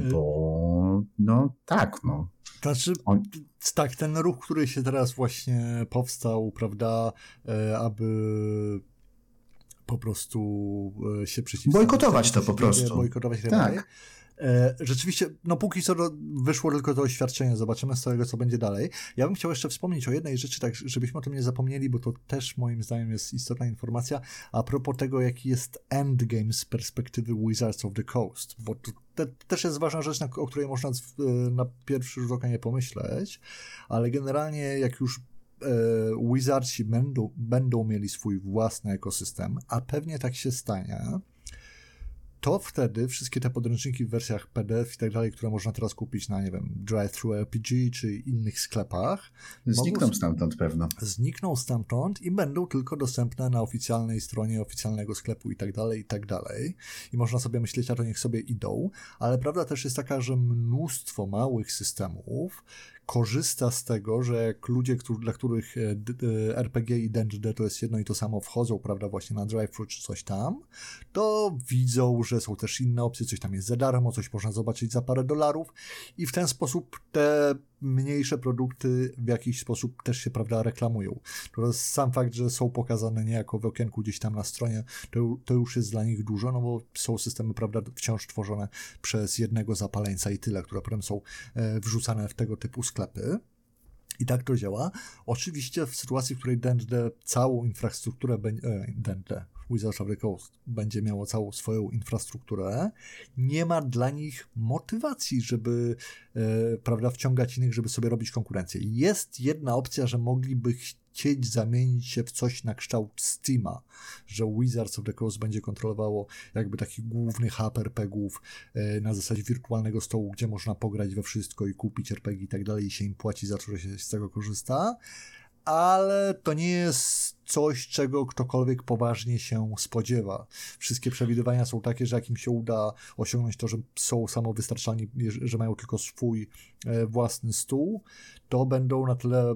bo no tak, no. Znaczy, On... tak, ten ruch, który się teraz właśnie powstał, prawda, aby po prostu się przeciwstawić. Bojkotować to po prostu. Bojkotować tak. Rzeczywiście, no póki co wyszło tylko to oświadczenie, zobaczymy z tego, co będzie dalej. Ja bym chciał jeszcze wspomnieć o jednej rzeczy, tak żebyśmy o tym nie zapomnieli, bo to też moim zdaniem jest istotna informacja, a propos tego, jaki jest endgame z perspektywy Wizards of the Coast, bo to te, też jest ważna rzecz, na, o której można na pierwszy rzut oka nie pomyśleć, ale generalnie jak już e, Wizardsi będą, będą mieli swój własny ekosystem, a pewnie tak się stanie, to wtedy wszystkie te podręczniki w wersjach P D F i tak dalej, które można teraz kupić na, nie wiem, Drive-Thru R P G czy innych sklepach, znikną stamtąd pewno. Znikną stamtąd i będą tylko dostępne na oficjalnej stronie oficjalnego sklepu i tak dalej, i tak dalej. I można sobie myśleć, a to niech sobie idą, ale prawda też jest taka, że mnóstwo małych systemów korzysta z tego, że jak ludzie, którzy, dla których R P G i D and D to jest jedno i to samo, wchodzą, prawda, właśnie na Drive-Thru czy coś tam, to widzą, że są też inne opcje, coś tam jest za darmo, coś można zobaczyć za parę dolarów i w ten sposób te mniejsze produkty w jakiś sposób też się, prawda, reklamują. To jest sam fakt, że są pokazane niejako w okienku gdzieś tam na stronie, to, to już jest dla nich dużo, no bo są systemy, prawda, wciąż tworzone przez jednego zapaleńca i tyle, które potem są e, wrzucane w tego typu sklepy. I tak to działa. Oczywiście w sytuacji, w której D and D całą infrastrukturę będzie, e, D and D, Wizards of the Coast będzie miało całą swoją infrastrukturę, nie ma dla nich motywacji, żeby e, prawda, wciągać innych, żeby sobie robić konkurencję. Jest jedna opcja, że mogliby chcieć zamienić się w coś na kształt Steama, że Wizards of the Coast będzie kontrolowało jakby takich głównych hub er pe gie ów e, na zasadzie wirtualnego stołu, gdzie można pograć we wszystko i kupić er pe gie i tak dalej i się im płaci za to, że się z tego korzysta, ale to nie jest coś, czego ktokolwiek poważnie się spodziewa. Wszystkie przewidywania są takie, że jak im się uda osiągnąć to, że są samowystarczalni, że mają tylko swój e, własny stół, to będą na tyle,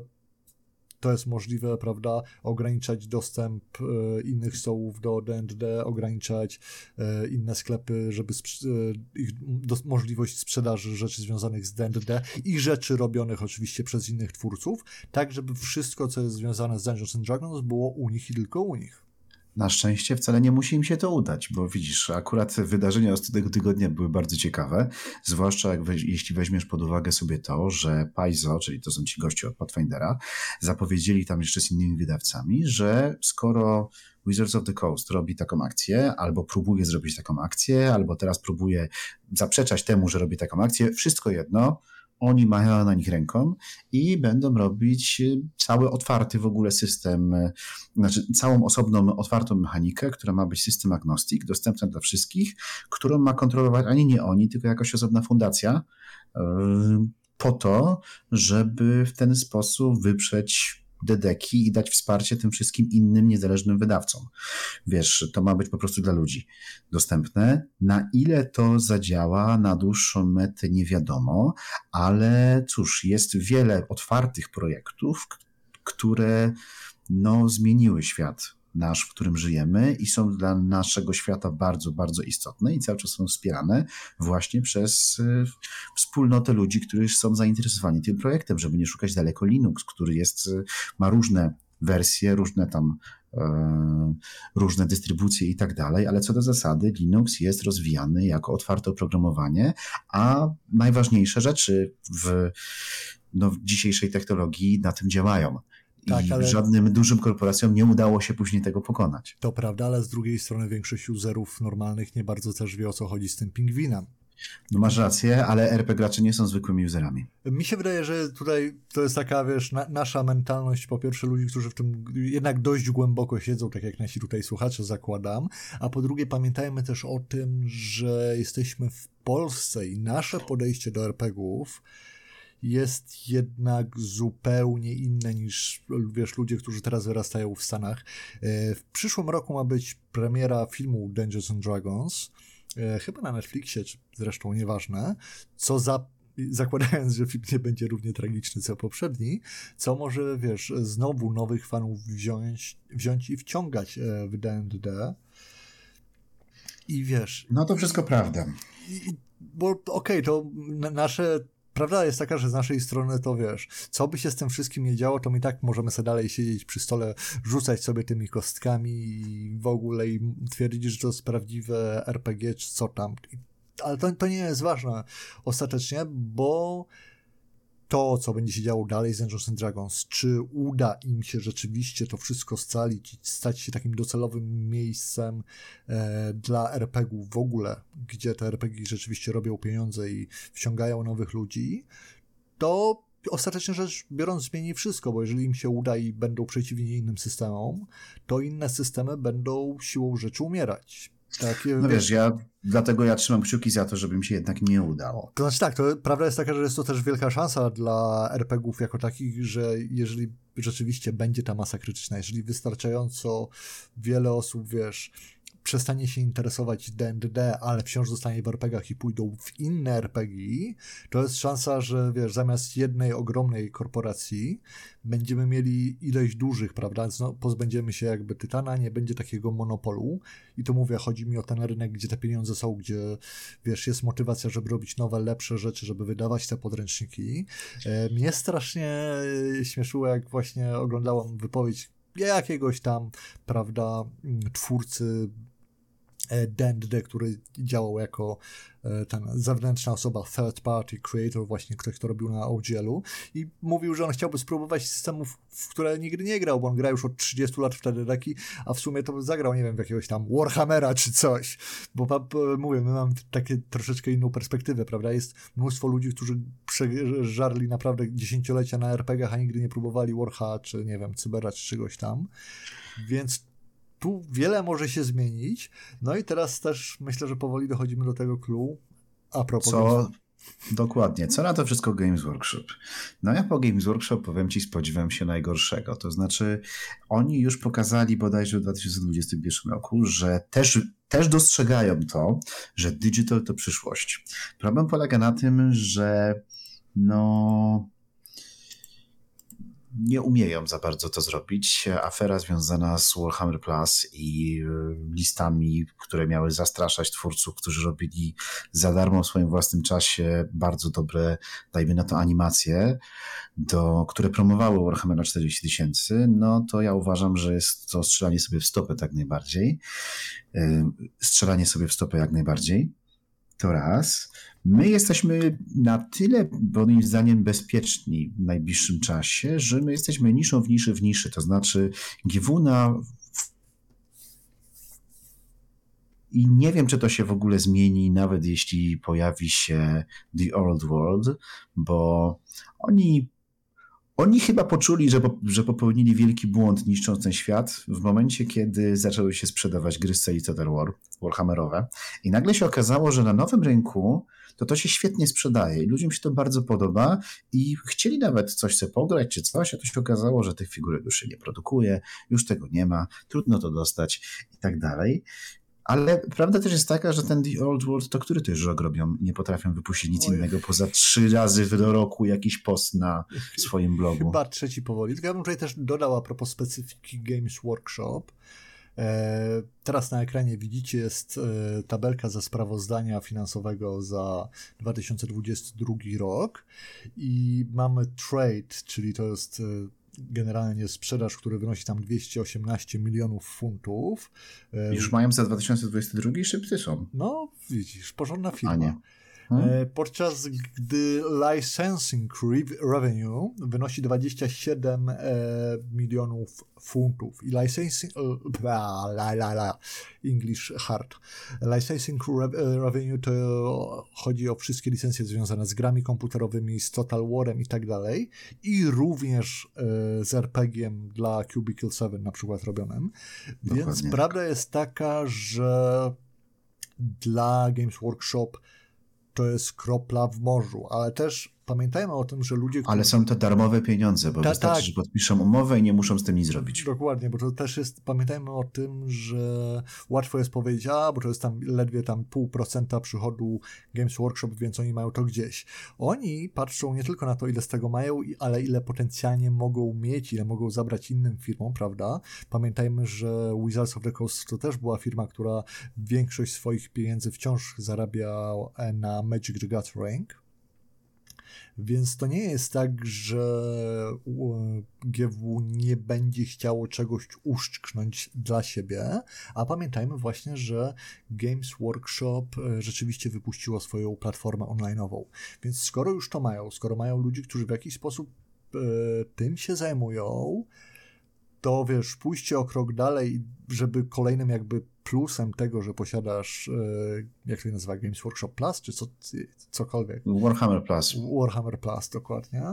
to jest możliwe, prawda, ograniczać dostęp e, innych stołów do D and D, ograniczać e, inne sklepy, żeby sprz- e, ich do, możliwość sprzedaży rzeczy związanych z D and D i rzeczy robionych oczywiście przez innych twórców, tak żeby wszystko, co jest związane z Dungeons and Dragons, było u nich i tylko u nich. Na szczęście wcale nie musi im się to udać, bo widzisz, akurat wydarzenia ostatniego tygodnia były bardzo ciekawe, zwłaszcza jak weź, jeśli weźmiesz pod uwagę sobie to, że Paizo, czyli to są ci goście od Pathfindera, zapowiedzieli tam jeszcze z innymi wydawcami, że skoro Wizards of the Coast robi taką akcję, albo próbuje zrobić taką akcję, albo teraz próbuje zaprzeczać temu, że robi taką akcję, wszystko jedno, oni machają na nich ręką i będą robić cały otwarty w ogóle system, znaczy całą osobną, otwartą mechanikę, która ma być system agnostic, dostępna dla wszystkich, którą ma kontrolować ani nie oni, tylko jakaś osobna fundacja, po to, żeby w ten sposób wyprzeć dedeki i dać wsparcie tym wszystkim innym niezależnym wydawcom. Wiesz, to ma być po prostu dla ludzi dostępne. Na ile to zadziała na dłuższą metę nie wiadomo, ale cóż, jest wiele otwartych projektów, które no, zmieniły świat nasz, w którym żyjemy i są dla naszego świata bardzo, bardzo istotne i cały czas są wspierane właśnie przez y, wspólnotę ludzi, którzy są zainteresowani tym projektem, żeby nie szukać daleko Linux, który jest, y, ma różne wersje, różne tam y, różne dystrybucje i tak dalej, ale co do zasady Linux jest rozwijany jako otwarte oprogramowanie, a najważniejsze rzeczy w, no, w dzisiejszej technologii na tym działają. Tak, i ale żadnym dużym korporacjom nie udało się później tego pokonać. To prawda, ale z drugiej strony większość userów normalnych nie bardzo też wie, o co chodzi z tym pingwinem. No masz rację, ale er pe gie gracze nie są zwykłymi userami. Mi się wydaje, że tutaj to jest taka, wiesz, na, nasza mentalność, po pierwsze ludzi, którzy w tym jednak dość głęboko siedzą, tak jak nasi tutaj słuchacze, zakładam, a po drugie pamiętajmy też o tym, że jesteśmy w Polsce i nasze podejście do er pe gie ów jest jednak zupełnie inne niż, wiesz, ludzie, którzy teraz wyrastają w Stanach. W przyszłym roku ma być premiera filmu Dungeons and Dragons, chyba na Netflixie, czy zresztą nieważne, co za, zakładając, że film nie będzie równie tragiczny co poprzedni, co może, wiesz, znowu nowych fanów wziąć, wziąć i wciągać w D and D. I wiesz... No to wszystko prawda. I, bo okej, okay, to nasze... Prawda jest taka, że z naszej strony to wiesz, co by się z tym wszystkim nie działo, to my i tak możemy sobie dalej siedzieć przy stole, rzucać sobie tymi kostkami i w ogóle i twierdzić, że to jest prawdziwe er pe gie, czy co tam. Ale to, to nie jest ważne ostatecznie, bo to, co będzie się działo dalej z Dungeons and Dragons, czy uda im się rzeczywiście to wszystko scalić i stać się takim docelowym miejscem e, dla er pe gie ów w ogóle, gdzie te er pe gie rzeczywiście robią pieniądze i wciągają nowych ludzi, to ostatecznie rzecz biorąc zmieni wszystko, bo jeżeli im się uda i będą przeciwni innym systemom, to inne systemy będą siłą rzeczy umierać. Tak, no wiesz, ja dlatego ja trzymam kciuki za to, żeby mi się jednak nie udało. To znaczy tak, to prawda jest taka, że jest to też wielka szansa dla er pe gie ów jako takich, że jeżeli rzeczywiście będzie ta masa krytyczna, jeżeli wystarczająco wiele osób, wiesz, przestanie się interesować D and D, ale wciąż zostanie w er pe giach i pójdą w inne er pe gie, to jest szansa, że wiesz, zamiast jednej ogromnej korporacji będziemy mieli ileś dużych, prawda? No, pozbędziemy się jakby Tytana, nie będzie takiego monopolu i tu mówię, chodzi mi o ten rynek, gdzie te pieniądze są, gdzie wiesz, jest motywacja, żeby robić nowe, lepsze rzeczy, żeby wydawać te podręczniki. E, mnie strasznie śmieszyło, jak właśnie oglądałam wypowiedź jakiegoś tam, prawda, twórcy D and D, który działał jako ten zewnętrzna osoba, third party creator, właśnie ktoś, kto robił na O G L-u i mówił, że on chciałby spróbować systemów, w które nigdy nie grał, bo on gra już od trzydziestu lat w te dedeki, a w sumie to zagrał, nie wiem, w jakiegoś tam Warhammera czy coś, bo mówię, my mamy takie troszeczkę inną perspektywę, prawda, jest mnóstwo ludzi, którzy przeżarli naprawdę dziesięciolecia na er pe giach, a nigdy nie próbowali Warha, czy nie wiem, Cybera, czy czegoś tam, więc tu wiele może się zmienić. No i teraz też myślę, że powoli dochodzimy do tego clue. A propos... Co? Dokładnie. Co na to wszystko Games Workshop? No ja po Games Workshop, powiem ci, spodziewam się najgorszego. To znaczy oni już pokazali bodajże w dwa tysiące dwudziestym pierwszym roku, że też, też dostrzegają to, że digital to przyszłość. Problem polega na tym, że no... nie umieją za bardzo to zrobić. Afera związana z Warhammer Plus i listami, które miały zastraszać twórców, którzy robili za darmo w swoim własnym czasie bardzo dobre, dajmy na to, animacje, do, które promowały Warhammera czterdzieści tysięcy, no to ja uważam, że jest to strzelanie sobie w stopę tak najbardziej. Strzelanie sobie w stopę jak najbardziej. To raz. My jesteśmy na tyle, moim zdaniem, bezpieczni w najbliższym czasie, że my jesteśmy niszą w niszy w niszy. To znaczy G W na i nie wiem, czy to się w ogóle zmieni, nawet jeśli pojawi się The Old World, bo oni Oni chyba poczuli, że, że popełnili wielki błąd niszcząc ten świat w momencie, kiedy zaczęły się sprzedawać gry z serii Total War, Warhammerowe. I nagle się okazało, że na nowym rynku to to się świetnie sprzedaje i ludziom się to bardzo podoba i chcieli nawet coś sobie pograć czy coś, a to się okazało, że tych figurek już się nie produkuje, już tego nie ma, trudno to dostać i tak dalej. Ale prawda też jest taka, że ten The Old World, to który też rok robią, nie potrafią wypuścić nic Oj. innego poza trzy razy w roku jakiś post na swoim blogu. Chyba trzeci powoli. Tylko ja bym tutaj też dodał a propos specyfiki Games Workshop. E, teraz na ekranie widzicie jest e, tabelka ze sprawozdania finansowego za dwa tysiące dwudziesty drugi rok i mamy trade, czyli to jest e, generalnie sprzedaż, który wynosi tam dwieście osiemnaście milionów funtów. Już mają za dwa tysiące dwudziesty drugi? Szybcy są. No, widzisz, porządna firma. A nie. Hmm? Podczas gdy licensing revenue wynosi dwadzieścia siedem e, milionów funtów i licensing la, la, la, la, English hard. Licensing revenue to chodzi o wszystkie licencje związane z grami komputerowymi, z Total Warem i tak dalej i również e, z er pe gie em dla Cubicle siedem na przykład robionym. Dokładnie. Więc prawda jest taka, że dla Games Workshop to jest kropla w morzu, ale też pamiętajmy o tym, że ludzie... Ale są to darmowe pieniądze, bo ta, wystarczy, tak. że podpiszą umowę i nie muszą z tym nic zrobić. Dokładnie, bo to też jest, pamiętajmy o tym, że łatwo jest powiedzieć, a, bo to jest tam ledwie tam pół procenta przychodu Games Workshop, więc oni mają to gdzieś. Oni patrzą nie tylko na to, ile z tego mają, ale ile potencjalnie mogą mieć, ile mogą zabrać innym firmom, prawda? Pamiętajmy, że Wizards of the Coast to też była firma, która większość swoich pieniędzy wciąż zarabia na Magic the Gathering. Więc to nie jest tak, że G W nie będzie chciało czegoś uszczknąć dla siebie, a pamiętajmy właśnie, że Games Workshop rzeczywiście wypuściło swoją platformę online'ową. Więc skoro już to mają, skoro mają ludzi, którzy w jakiś sposób e, tym się zajmują, to wiesz, pójście o krok dalej, żeby kolejnym jakby plusem tego, że posiadasz, jak to się nazywa, Games Workshop Plus, czy co, cokolwiek. Warhammer Plus. Warhammer Plus, dokładnie.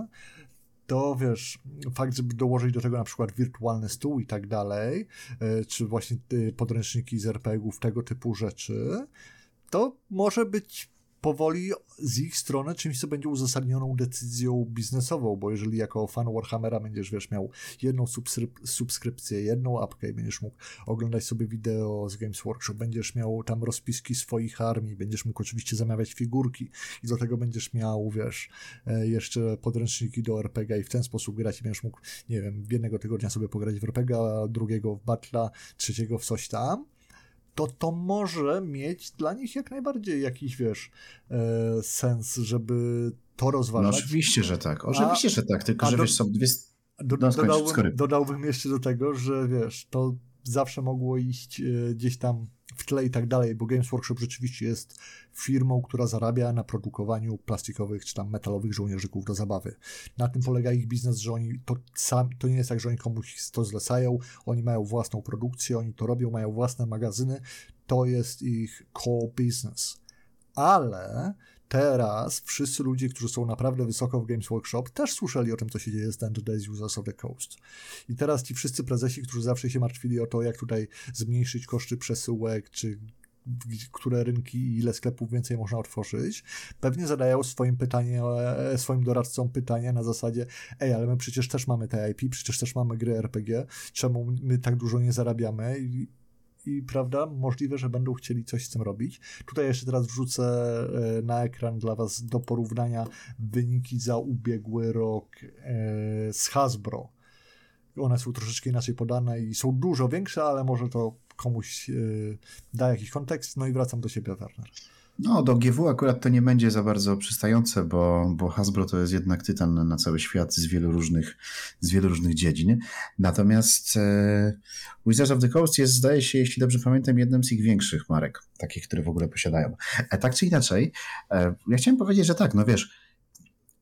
To wiesz, fakt, żeby dołożyć do tego na przykład wirtualny stół i tak dalej, czy właśnie podręczniki z er pe gie ów, tego typu rzeczy, to może być powoli z ich strony czymś, co będzie uzasadnioną decyzją biznesową, bo jeżeli jako fan Warhammera będziesz, wiesz, miał jedną subskryp- subskrypcję, jedną apkę i będziesz mógł oglądać sobie wideo z Games Workshop, będziesz miał tam rozpiski swoich armii, będziesz mógł oczywiście zamawiać figurki i do tego będziesz miał, wiesz, jeszcze podręczniki do er pe gie i w ten sposób grać i będziesz mógł, nie wiem, jednego tygodnia sobie pograć w er pe gie, a drugiego w Battle'a, trzeciego w coś tam, to to może mieć dla nich jak najbardziej jakiś, wiesz, e, sens, żeby to rozważać. No oczywiście, że tak. Oczywiście, a, że tak, tylko że do, wiesz, są dwie... Do, no, dodałbym, dodałbym jeszcze do tego, że wiesz, to zawsze mogło iść e, gdzieś tam w tle i tak dalej, bo Games Workshop rzeczywiście jest firmą, która zarabia na produkowaniu plastikowych czy tam metalowych żołnierzyków do zabawy. Na tym polega ich biznes, że oni to sam, to nie jest tak, że oni komuś to zlecają, oni mają własną produkcję, oni to robią, mają własne magazyny, to jest ich core business. Ale teraz wszyscy ludzie, którzy są naprawdę wysoko w Games Workshop, też słyszeli o tym, co się dzieje z Stand Today's Wizards of the Coast. I teraz ci wszyscy prezesi, którzy zawsze się martwili o to, jak tutaj zmniejszyć koszty przesyłek, czy które rynki i ile sklepów więcej można otworzyć, pewnie zadają swoim pytanie, swoim doradcom pytania na zasadzie, ej, ale my przecież też mamy te I P, przecież też mamy gry er pe gie, czemu my tak dużo nie zarabiamy? I, i prawda, możliwe, że będą chcieli coś z tym robić. Tutaj jeszcze teraz wrzucę na ekran dla was do porównania wyniki za ubiegły rok z Hasbro. One są troszeczkę inaczej podane i są dużo większe, ale może to komuś da jakiś kontekst. No i wracam do ciebie, Werner. No, do G W akurat to nie będzie za bardzo przystające, bo, bo Hasbro to jest jednak tytan na cały świat z wielu różnych, z wielu różnych dziedzin. Natomiast e, Wizards of the Coast jest, zdaje się, jeśli dobrze pamiętam, jednym z ich większych marek, takich, które w ogóle posiadają. E, tak czy inaczej, e, ja chciałem powiedzieć, że tak, no wiesz,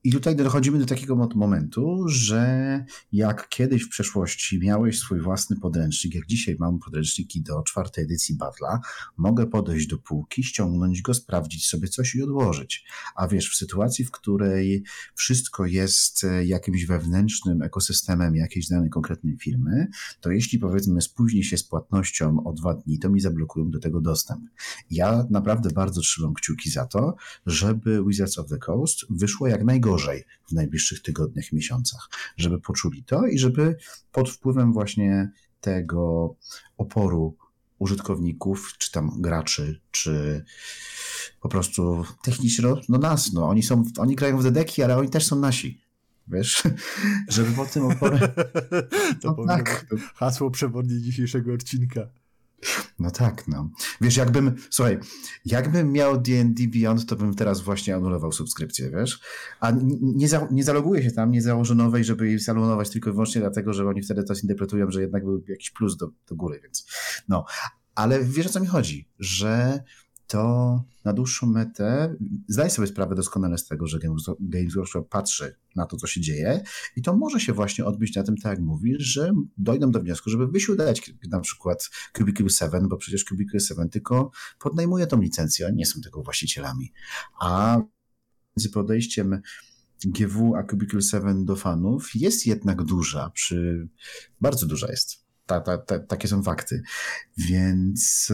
I tutaj dochodzimy do takiego momentu, że jak kiedyś w przeszłości miałeś swój własny podręcznik, jak dzisiaj mam podręczniki do czwartej edycji Battle'a, mogę podejść do półki, ściągnąć go, sprawdzić sobie coś i odłożyć. A wiesz, w sytuacji, w której wszystko jest jakimś wewnętrznym ekosystemem jakiejś danej konkretnej firmy, to jeśli powiedzmy spóźni się z płatnością o dwa dni, to mi zablokują do tego dostęp. Ja naprawdę bardzo trzymam kciuki za to, żeby Wizards of the Coast wyszło jak najgorzej w najbliższych tygodniach, miesiącach, żeby poczuli to i żeby pod wpływem właśnie tego oporu użytkowników, czy tam graczy, czy po prostu technicznie, no nas, no oni są, oni grają w dedeki, ale oni też są nasi. Wiesz, żeby po tym oporem... To no tak. Hasło przewodnie dzisiejszego odcinka. No tak, no. Wiesz, jakbym, słuchaj, jakbym miał D and D Beyond, to bym teraz właśnie anulował subskrypcję, wiesz? A nie, za, nie zaloguję się tam, nie założę nowej, żeby jej zalunować tylko i wyłącznie dlatego, że oni wtedy to zinterpretują, że jednak był jakiś plus do, do góry, więc no. Ale wiesz, o co mi chodzi? Że to na dłuższą metę zdaję sobie sprawę doskonale z tego, że Games Workshop patrzy na to, co się dzieje i to może się właśnie odbyć na tym, tak jak mówisz, że dojdą do wniosku, żeby wysiłać na przykład Cubicle siedem, bo przecież Cubicle siedem tylko podnajmuje tą licencję, oni nie są tego właścicielami. A między podejściem G W a Cubicle siedem do fanów jest jednak duża, przy bardzo duża jest. Ta, ta, ta, takie są fakty. Więc...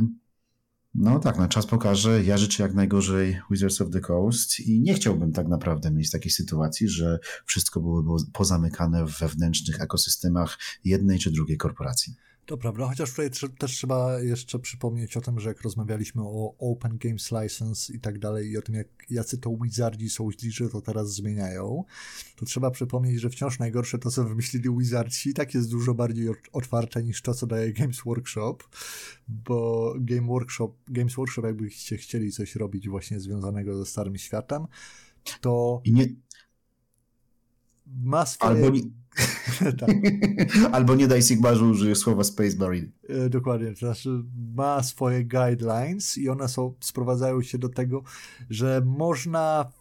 No tak, no czas pokaże. Ja życzę jak najgorzej Wizards of the Coast i nie chciałbym tak naprawdę mieć takiej sytuacji, że wszystko byłoby pozamykane w wewnętrznych ekosystemach jednej czy drugiej korporacji. To prawda, chociaż tutaj tr- też trzeba jeszcze przypomnieć o tym, że jak rozmawialiśmy o Open Games License i tak dalej i o tym, jak jacy to Wizardzi są źli, że to teraz zmieniają, to trzeba przypomnieć, że wciąż najgorsze to, co wymyślili Wizardzi, tak jest dużo bardziej otwarte niż to, co daje Games Workshop, bo Game Workshop, Games Workshop jakbyście chcieli coś robić właśnie związanego ze Starym Światem, to I nie... ma swoje... Albo nie... tak. Albo nie daj Sigma, że użyje słowa Space Marine. E, dokładnie, to znaczy ma swoje guidelines i one są, sprowadzają się do tego, że można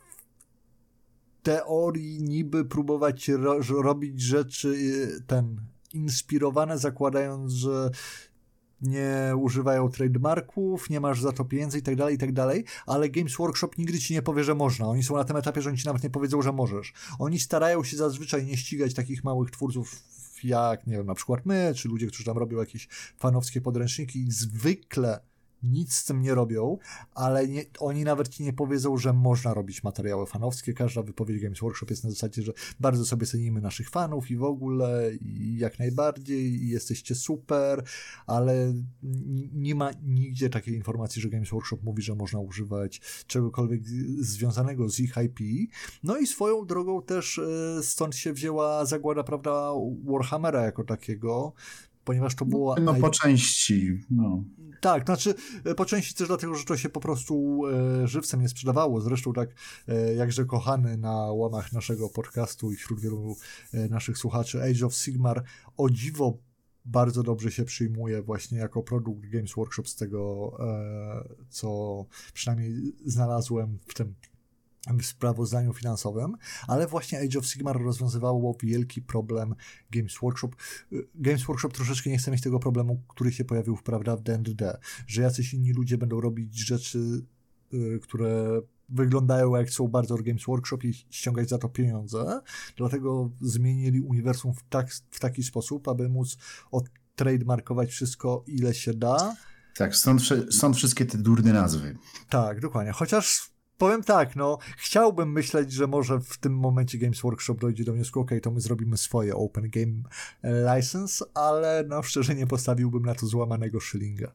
w teorii niby próbować ro, robić rzeczy ten inspirowane, zakładając, że nie używają trademarków, nie masz za to pieniędzy i tak dalej, i tak dalej, ale Games Workshop nigdy ci nie powie, że można. Oni są na tym etapie, że oni ci nawet nie powiedzą, że możesz. Oni starają się zazwyczaj nie ścigać takich małych twórców jak, nie wiem, na przykład my, czy ludzie, którzy tam robią jakieś fanowskie podręczniki i zwykle nic z tym nie robią, ale nie, oni nawet ci nie powiedzą, że można robić materiały fanowskie. Każda wypowiedź Games Workshop jest na zasadzie, że bardzo sobie cenimy naszych fanów i w ogóle i jak najbardziej i jesteście super, ale nie ma nigdzie takiej informacji, że Games Workshop mówi, że można używać czegokolwiek związanego z ich I P. No i swoją drogą też stąd się wzięła zagłada, prawda, Warhammera jako takiego, ponieważ to było... No po części, no. Tak, znaczy po części też dlatego, że to się po prostu e, żywcem nie sprzedawało. Zresztą tak e, jakże kochany na łamach naszego podcastu i wśród wielu e, naszych słuchaczy Age of Sigmar o dziwo bardzo dobrze się przyjmuje właśnie jako produkt Games Workshop z tego, e, co przynajmniej znalazłem w tym w sprawozdaniu finansowym, ale właśnie Age of Sigmar rozwiązywało wielki problem Games Workshop. Games Workshop troszeczkę nie chce mieć tego problemu, który się pojawił prawda, w D and D, że jacyś inni ludzie będą robić rzeczy, y, które wyglądają jak są bardzo od Games Workshop i ściągać za to pieniądze, dlatego zmienili uniwersum w, tak, w taki sposób, aby móc odtrademarkować wszystko, ile się da. Tak, stąd, stąd wszystkie te durne nazwy. Tak, dokładnie, chociaż powiem tak, no, chciałbym myśleć, że może w tym momencie Games Workshop dojdzie do wniosku, okej, okay, to my zrobimy swoje Open Game License, ale no szczerze nie postawiłbym na to złamanego szylinga.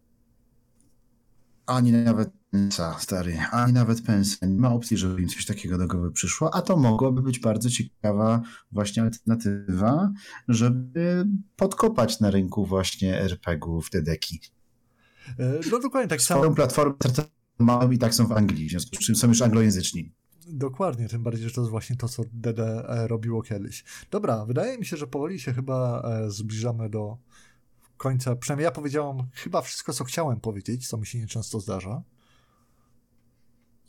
Ani nawet pensa, stary, ani nawet pensa. Nie ma opcji, żeby im coś takiego do głowy przyszło, a to mogłaby być bardzo ciekawa właśnie alternatywa, żeby podkopać na rynku właśnie er pe gie ów, te deki. No dokładnie tak samo. Swoją platformę mają i tak są w Anglii, w związku z czym są już anglojęzyczni. Dokładnie, tym bardziej, że to jest właśnie to, co D D robiło kiedyś. Dobra, wydaje mi się, że powoli się chyba zbliżamy do końca. Przynajmniej ja powiedziałam chyba wszystko, co chciałem powiedzieć, co mi się nieczęsto zdarza.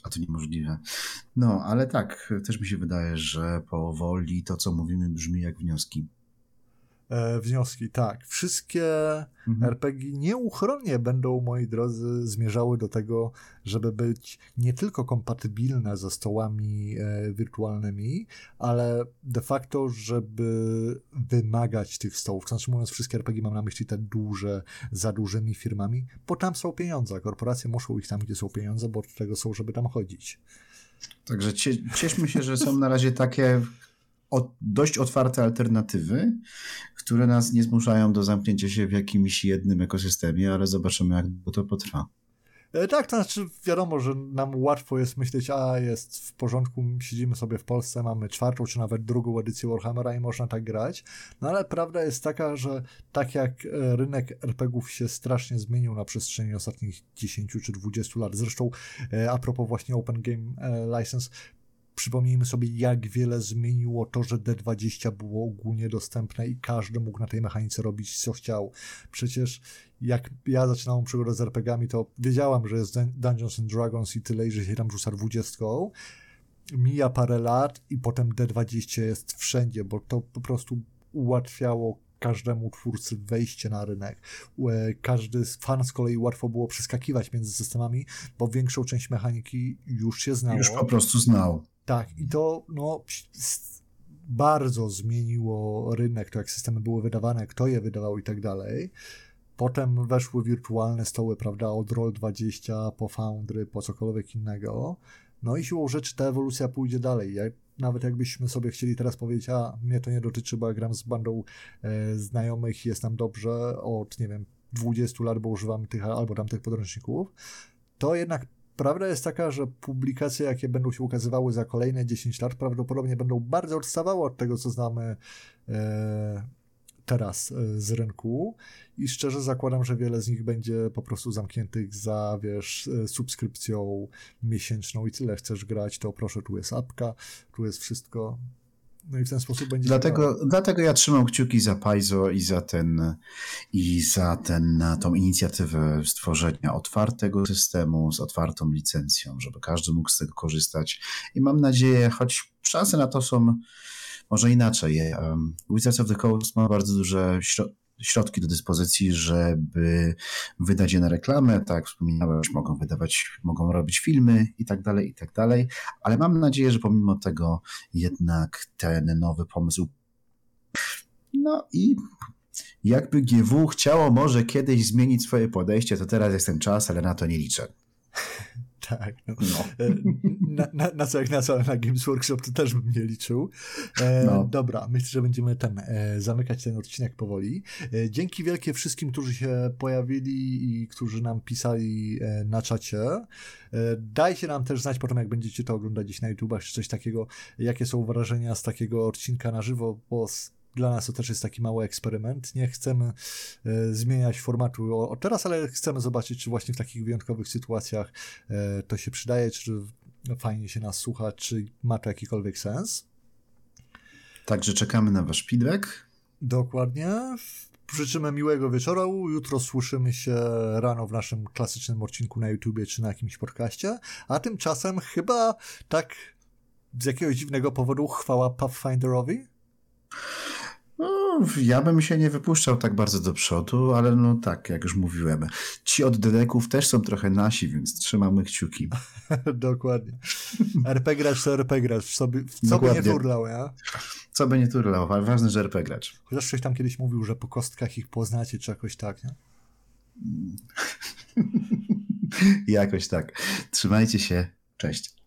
A to niemożliwe. No, ale tak, też mi się wydaje, że powoli to, co mówimy, brzmi jak wnioski. E, wnioski, tak. Wszystkie Mhm. er pe gie nieuchronnie będą, moi drodzy, zmierzały do tego, żeby być nie tylko kompatybilne ze stołami e, wirtualnymi, ale de facto, żeby wymagać tych stołów. Znaczy mówiąc, wszystkie er pe gie mam na myśli te duże, za dużymi firmami, bo tam są pieniądze. Korporacje muszą iść tam, gdzie są pieniądze, bo od tego są, żeby tam chodzić. Także cie, cieszmy się, że są na razie takie o, dość otwarte alternatywy, które nas nie zmuszają do zamknięcia się w jakimś jednym ekosystemie, ale zobaczymy, jak to potrwa. E, tak, to znaczy wiadomo, że nam łatwo jest myśleć, a jest w porządku, siedzimy sobie w Polsce, mamy czwartą czy nawet drugą edycję Warhammera i można tak grać, no ale prawda jest taka, że tak jak e, rynek er pe gie ów się strasznie zmienił na przestrzeni ostatnich dziesięciu czy dwudziestu lat, zresztą e, a propos właśnie Open Game e, License, przypomnijmy sobie, jak wiele zmieniło to, że D dwadzieścia było ogólnie dostępne i każdy mógł na tej mechanice robić, co chciał. Przecież jak ja zaczynałem przygodę z er pe gie ami, to wiedziałam, że jest Dungeons and Dragons i tyle, i że się tam rzuca dwudziestką. Mija parę lat i potem D dwadzieścia jest wszędzie, bo to po prostu ułatwiało każdemu twórcy wejście na rynek. Każdy fan z kolei łatwo było przeskakiwać między systemami, bo większą część mechaniki już się znało. Już po prostu znał. Tak, i to no, bardzo zmieniło rynek, to jak systemy były wydawane, kto je wydawał i tak dalej. Potem weszły wirtualne stoły, prawda, od roll dwadzieścia po Foundry, po cokolwiek innego. No i siłą rzeczy ta ewolucja pójdzie dalej. Jak, nawet jakbyśmy sobie chcieli teraz powiedzieć, a mnie to nie dotyczy, bo ja gram z bandą e, znajomych, jest nam dobrze od, nie wiem, dwudziestu lat, bo używamy tych albo tamtych podręczników, to jednak prawda jest taka, że publikacje, jakie będą się ukazywały za kolejne dziesięć lat, prawdopodobnie będą bardzo odstawały od tego, co znamy e, teraz e, z rynku i szczerze zakładam, że wiele z nich będzie po prostu zamkniętych za, wiesz, e, subskrypcją miesięczną i tyle chcesz grać, to proszę, tu jest apka, tu jest wszystko. No i w ten sposób będzie... Dlatego, dlatego ja trzymam kciuki za Paizo i za ten i za ten, tą inicjatywę stworzenia otwartego systemu z otwartą licencją, żeby każdy mógł z tego korzystać. I mam nadzieję, choć szanse na to są może inaczej. Um, Wizards of the Coast ma bardzo duże środki, środki do dyspozycji, żeby wydać je na reklamę, tak jak wspominałeś, mogą wydawać, mogą robić filmy i tak dalej, i tak dalej, ale mam nadzieję, że pomimo tego jednak ten nowy pomysł, no i jakby G W chciało może kiedyś zmienić swoje podejście, to teraz jest ten czas, ale na to nie liczę. Tak, no. No. Na, na, na co jak na co, na Games Workshop to też bym nie liczył. E, no. Dobra, myślę, że będziemy ten, e, zamykać ten odcinek powoli. E, dzięki wielkie wszystkim, którzy się pojawili i którzy nam pisali e, na czacie. E, dajcie nam też znać potem, jak będziecie to oglądać gdzieś na YouTubach, czy coś takiego, jakie są wrażenia z takiego odcinka na żywo, bo dla nas to też jest taki mały eksperyment. Nie chcemy e, zmieniać formatu od teraz, ale chcemy zobaczyć, czy właśnie w takich wyjątkowych sytuacjach e, to się przydaje, czy fajnie się nas słucha, czy ma to jakikolwiek sens. Także czekamy na wasz feedback. Dokładnie. Życzymy miłego wieczoru. Jutro słyszymy się rano w naszym klasycznym odcinku na YouTubie, czy na jakimś podcaście. A tymczasem chyba tak z jakiegoś dziwnego powodu chwała Pathfinderowi. No, ja bym się nie wypuszczał tak bardzo do przodu, ale no tak, jak już mówiłem, ci od dedeków też są trochę nasi, więc trzymamy kciuki. Dokładnie. er pe gracz to er pe gracz, co by, co by nie turlał, ja? Co by nie turlał, ale ważne, że er pe gracz. Chociaż ktoś tam kiedyś mówił, że po kostkach ich poznacie, czy jakoś tak, nie? Jakoś tak. Trzymajcie się, cześć.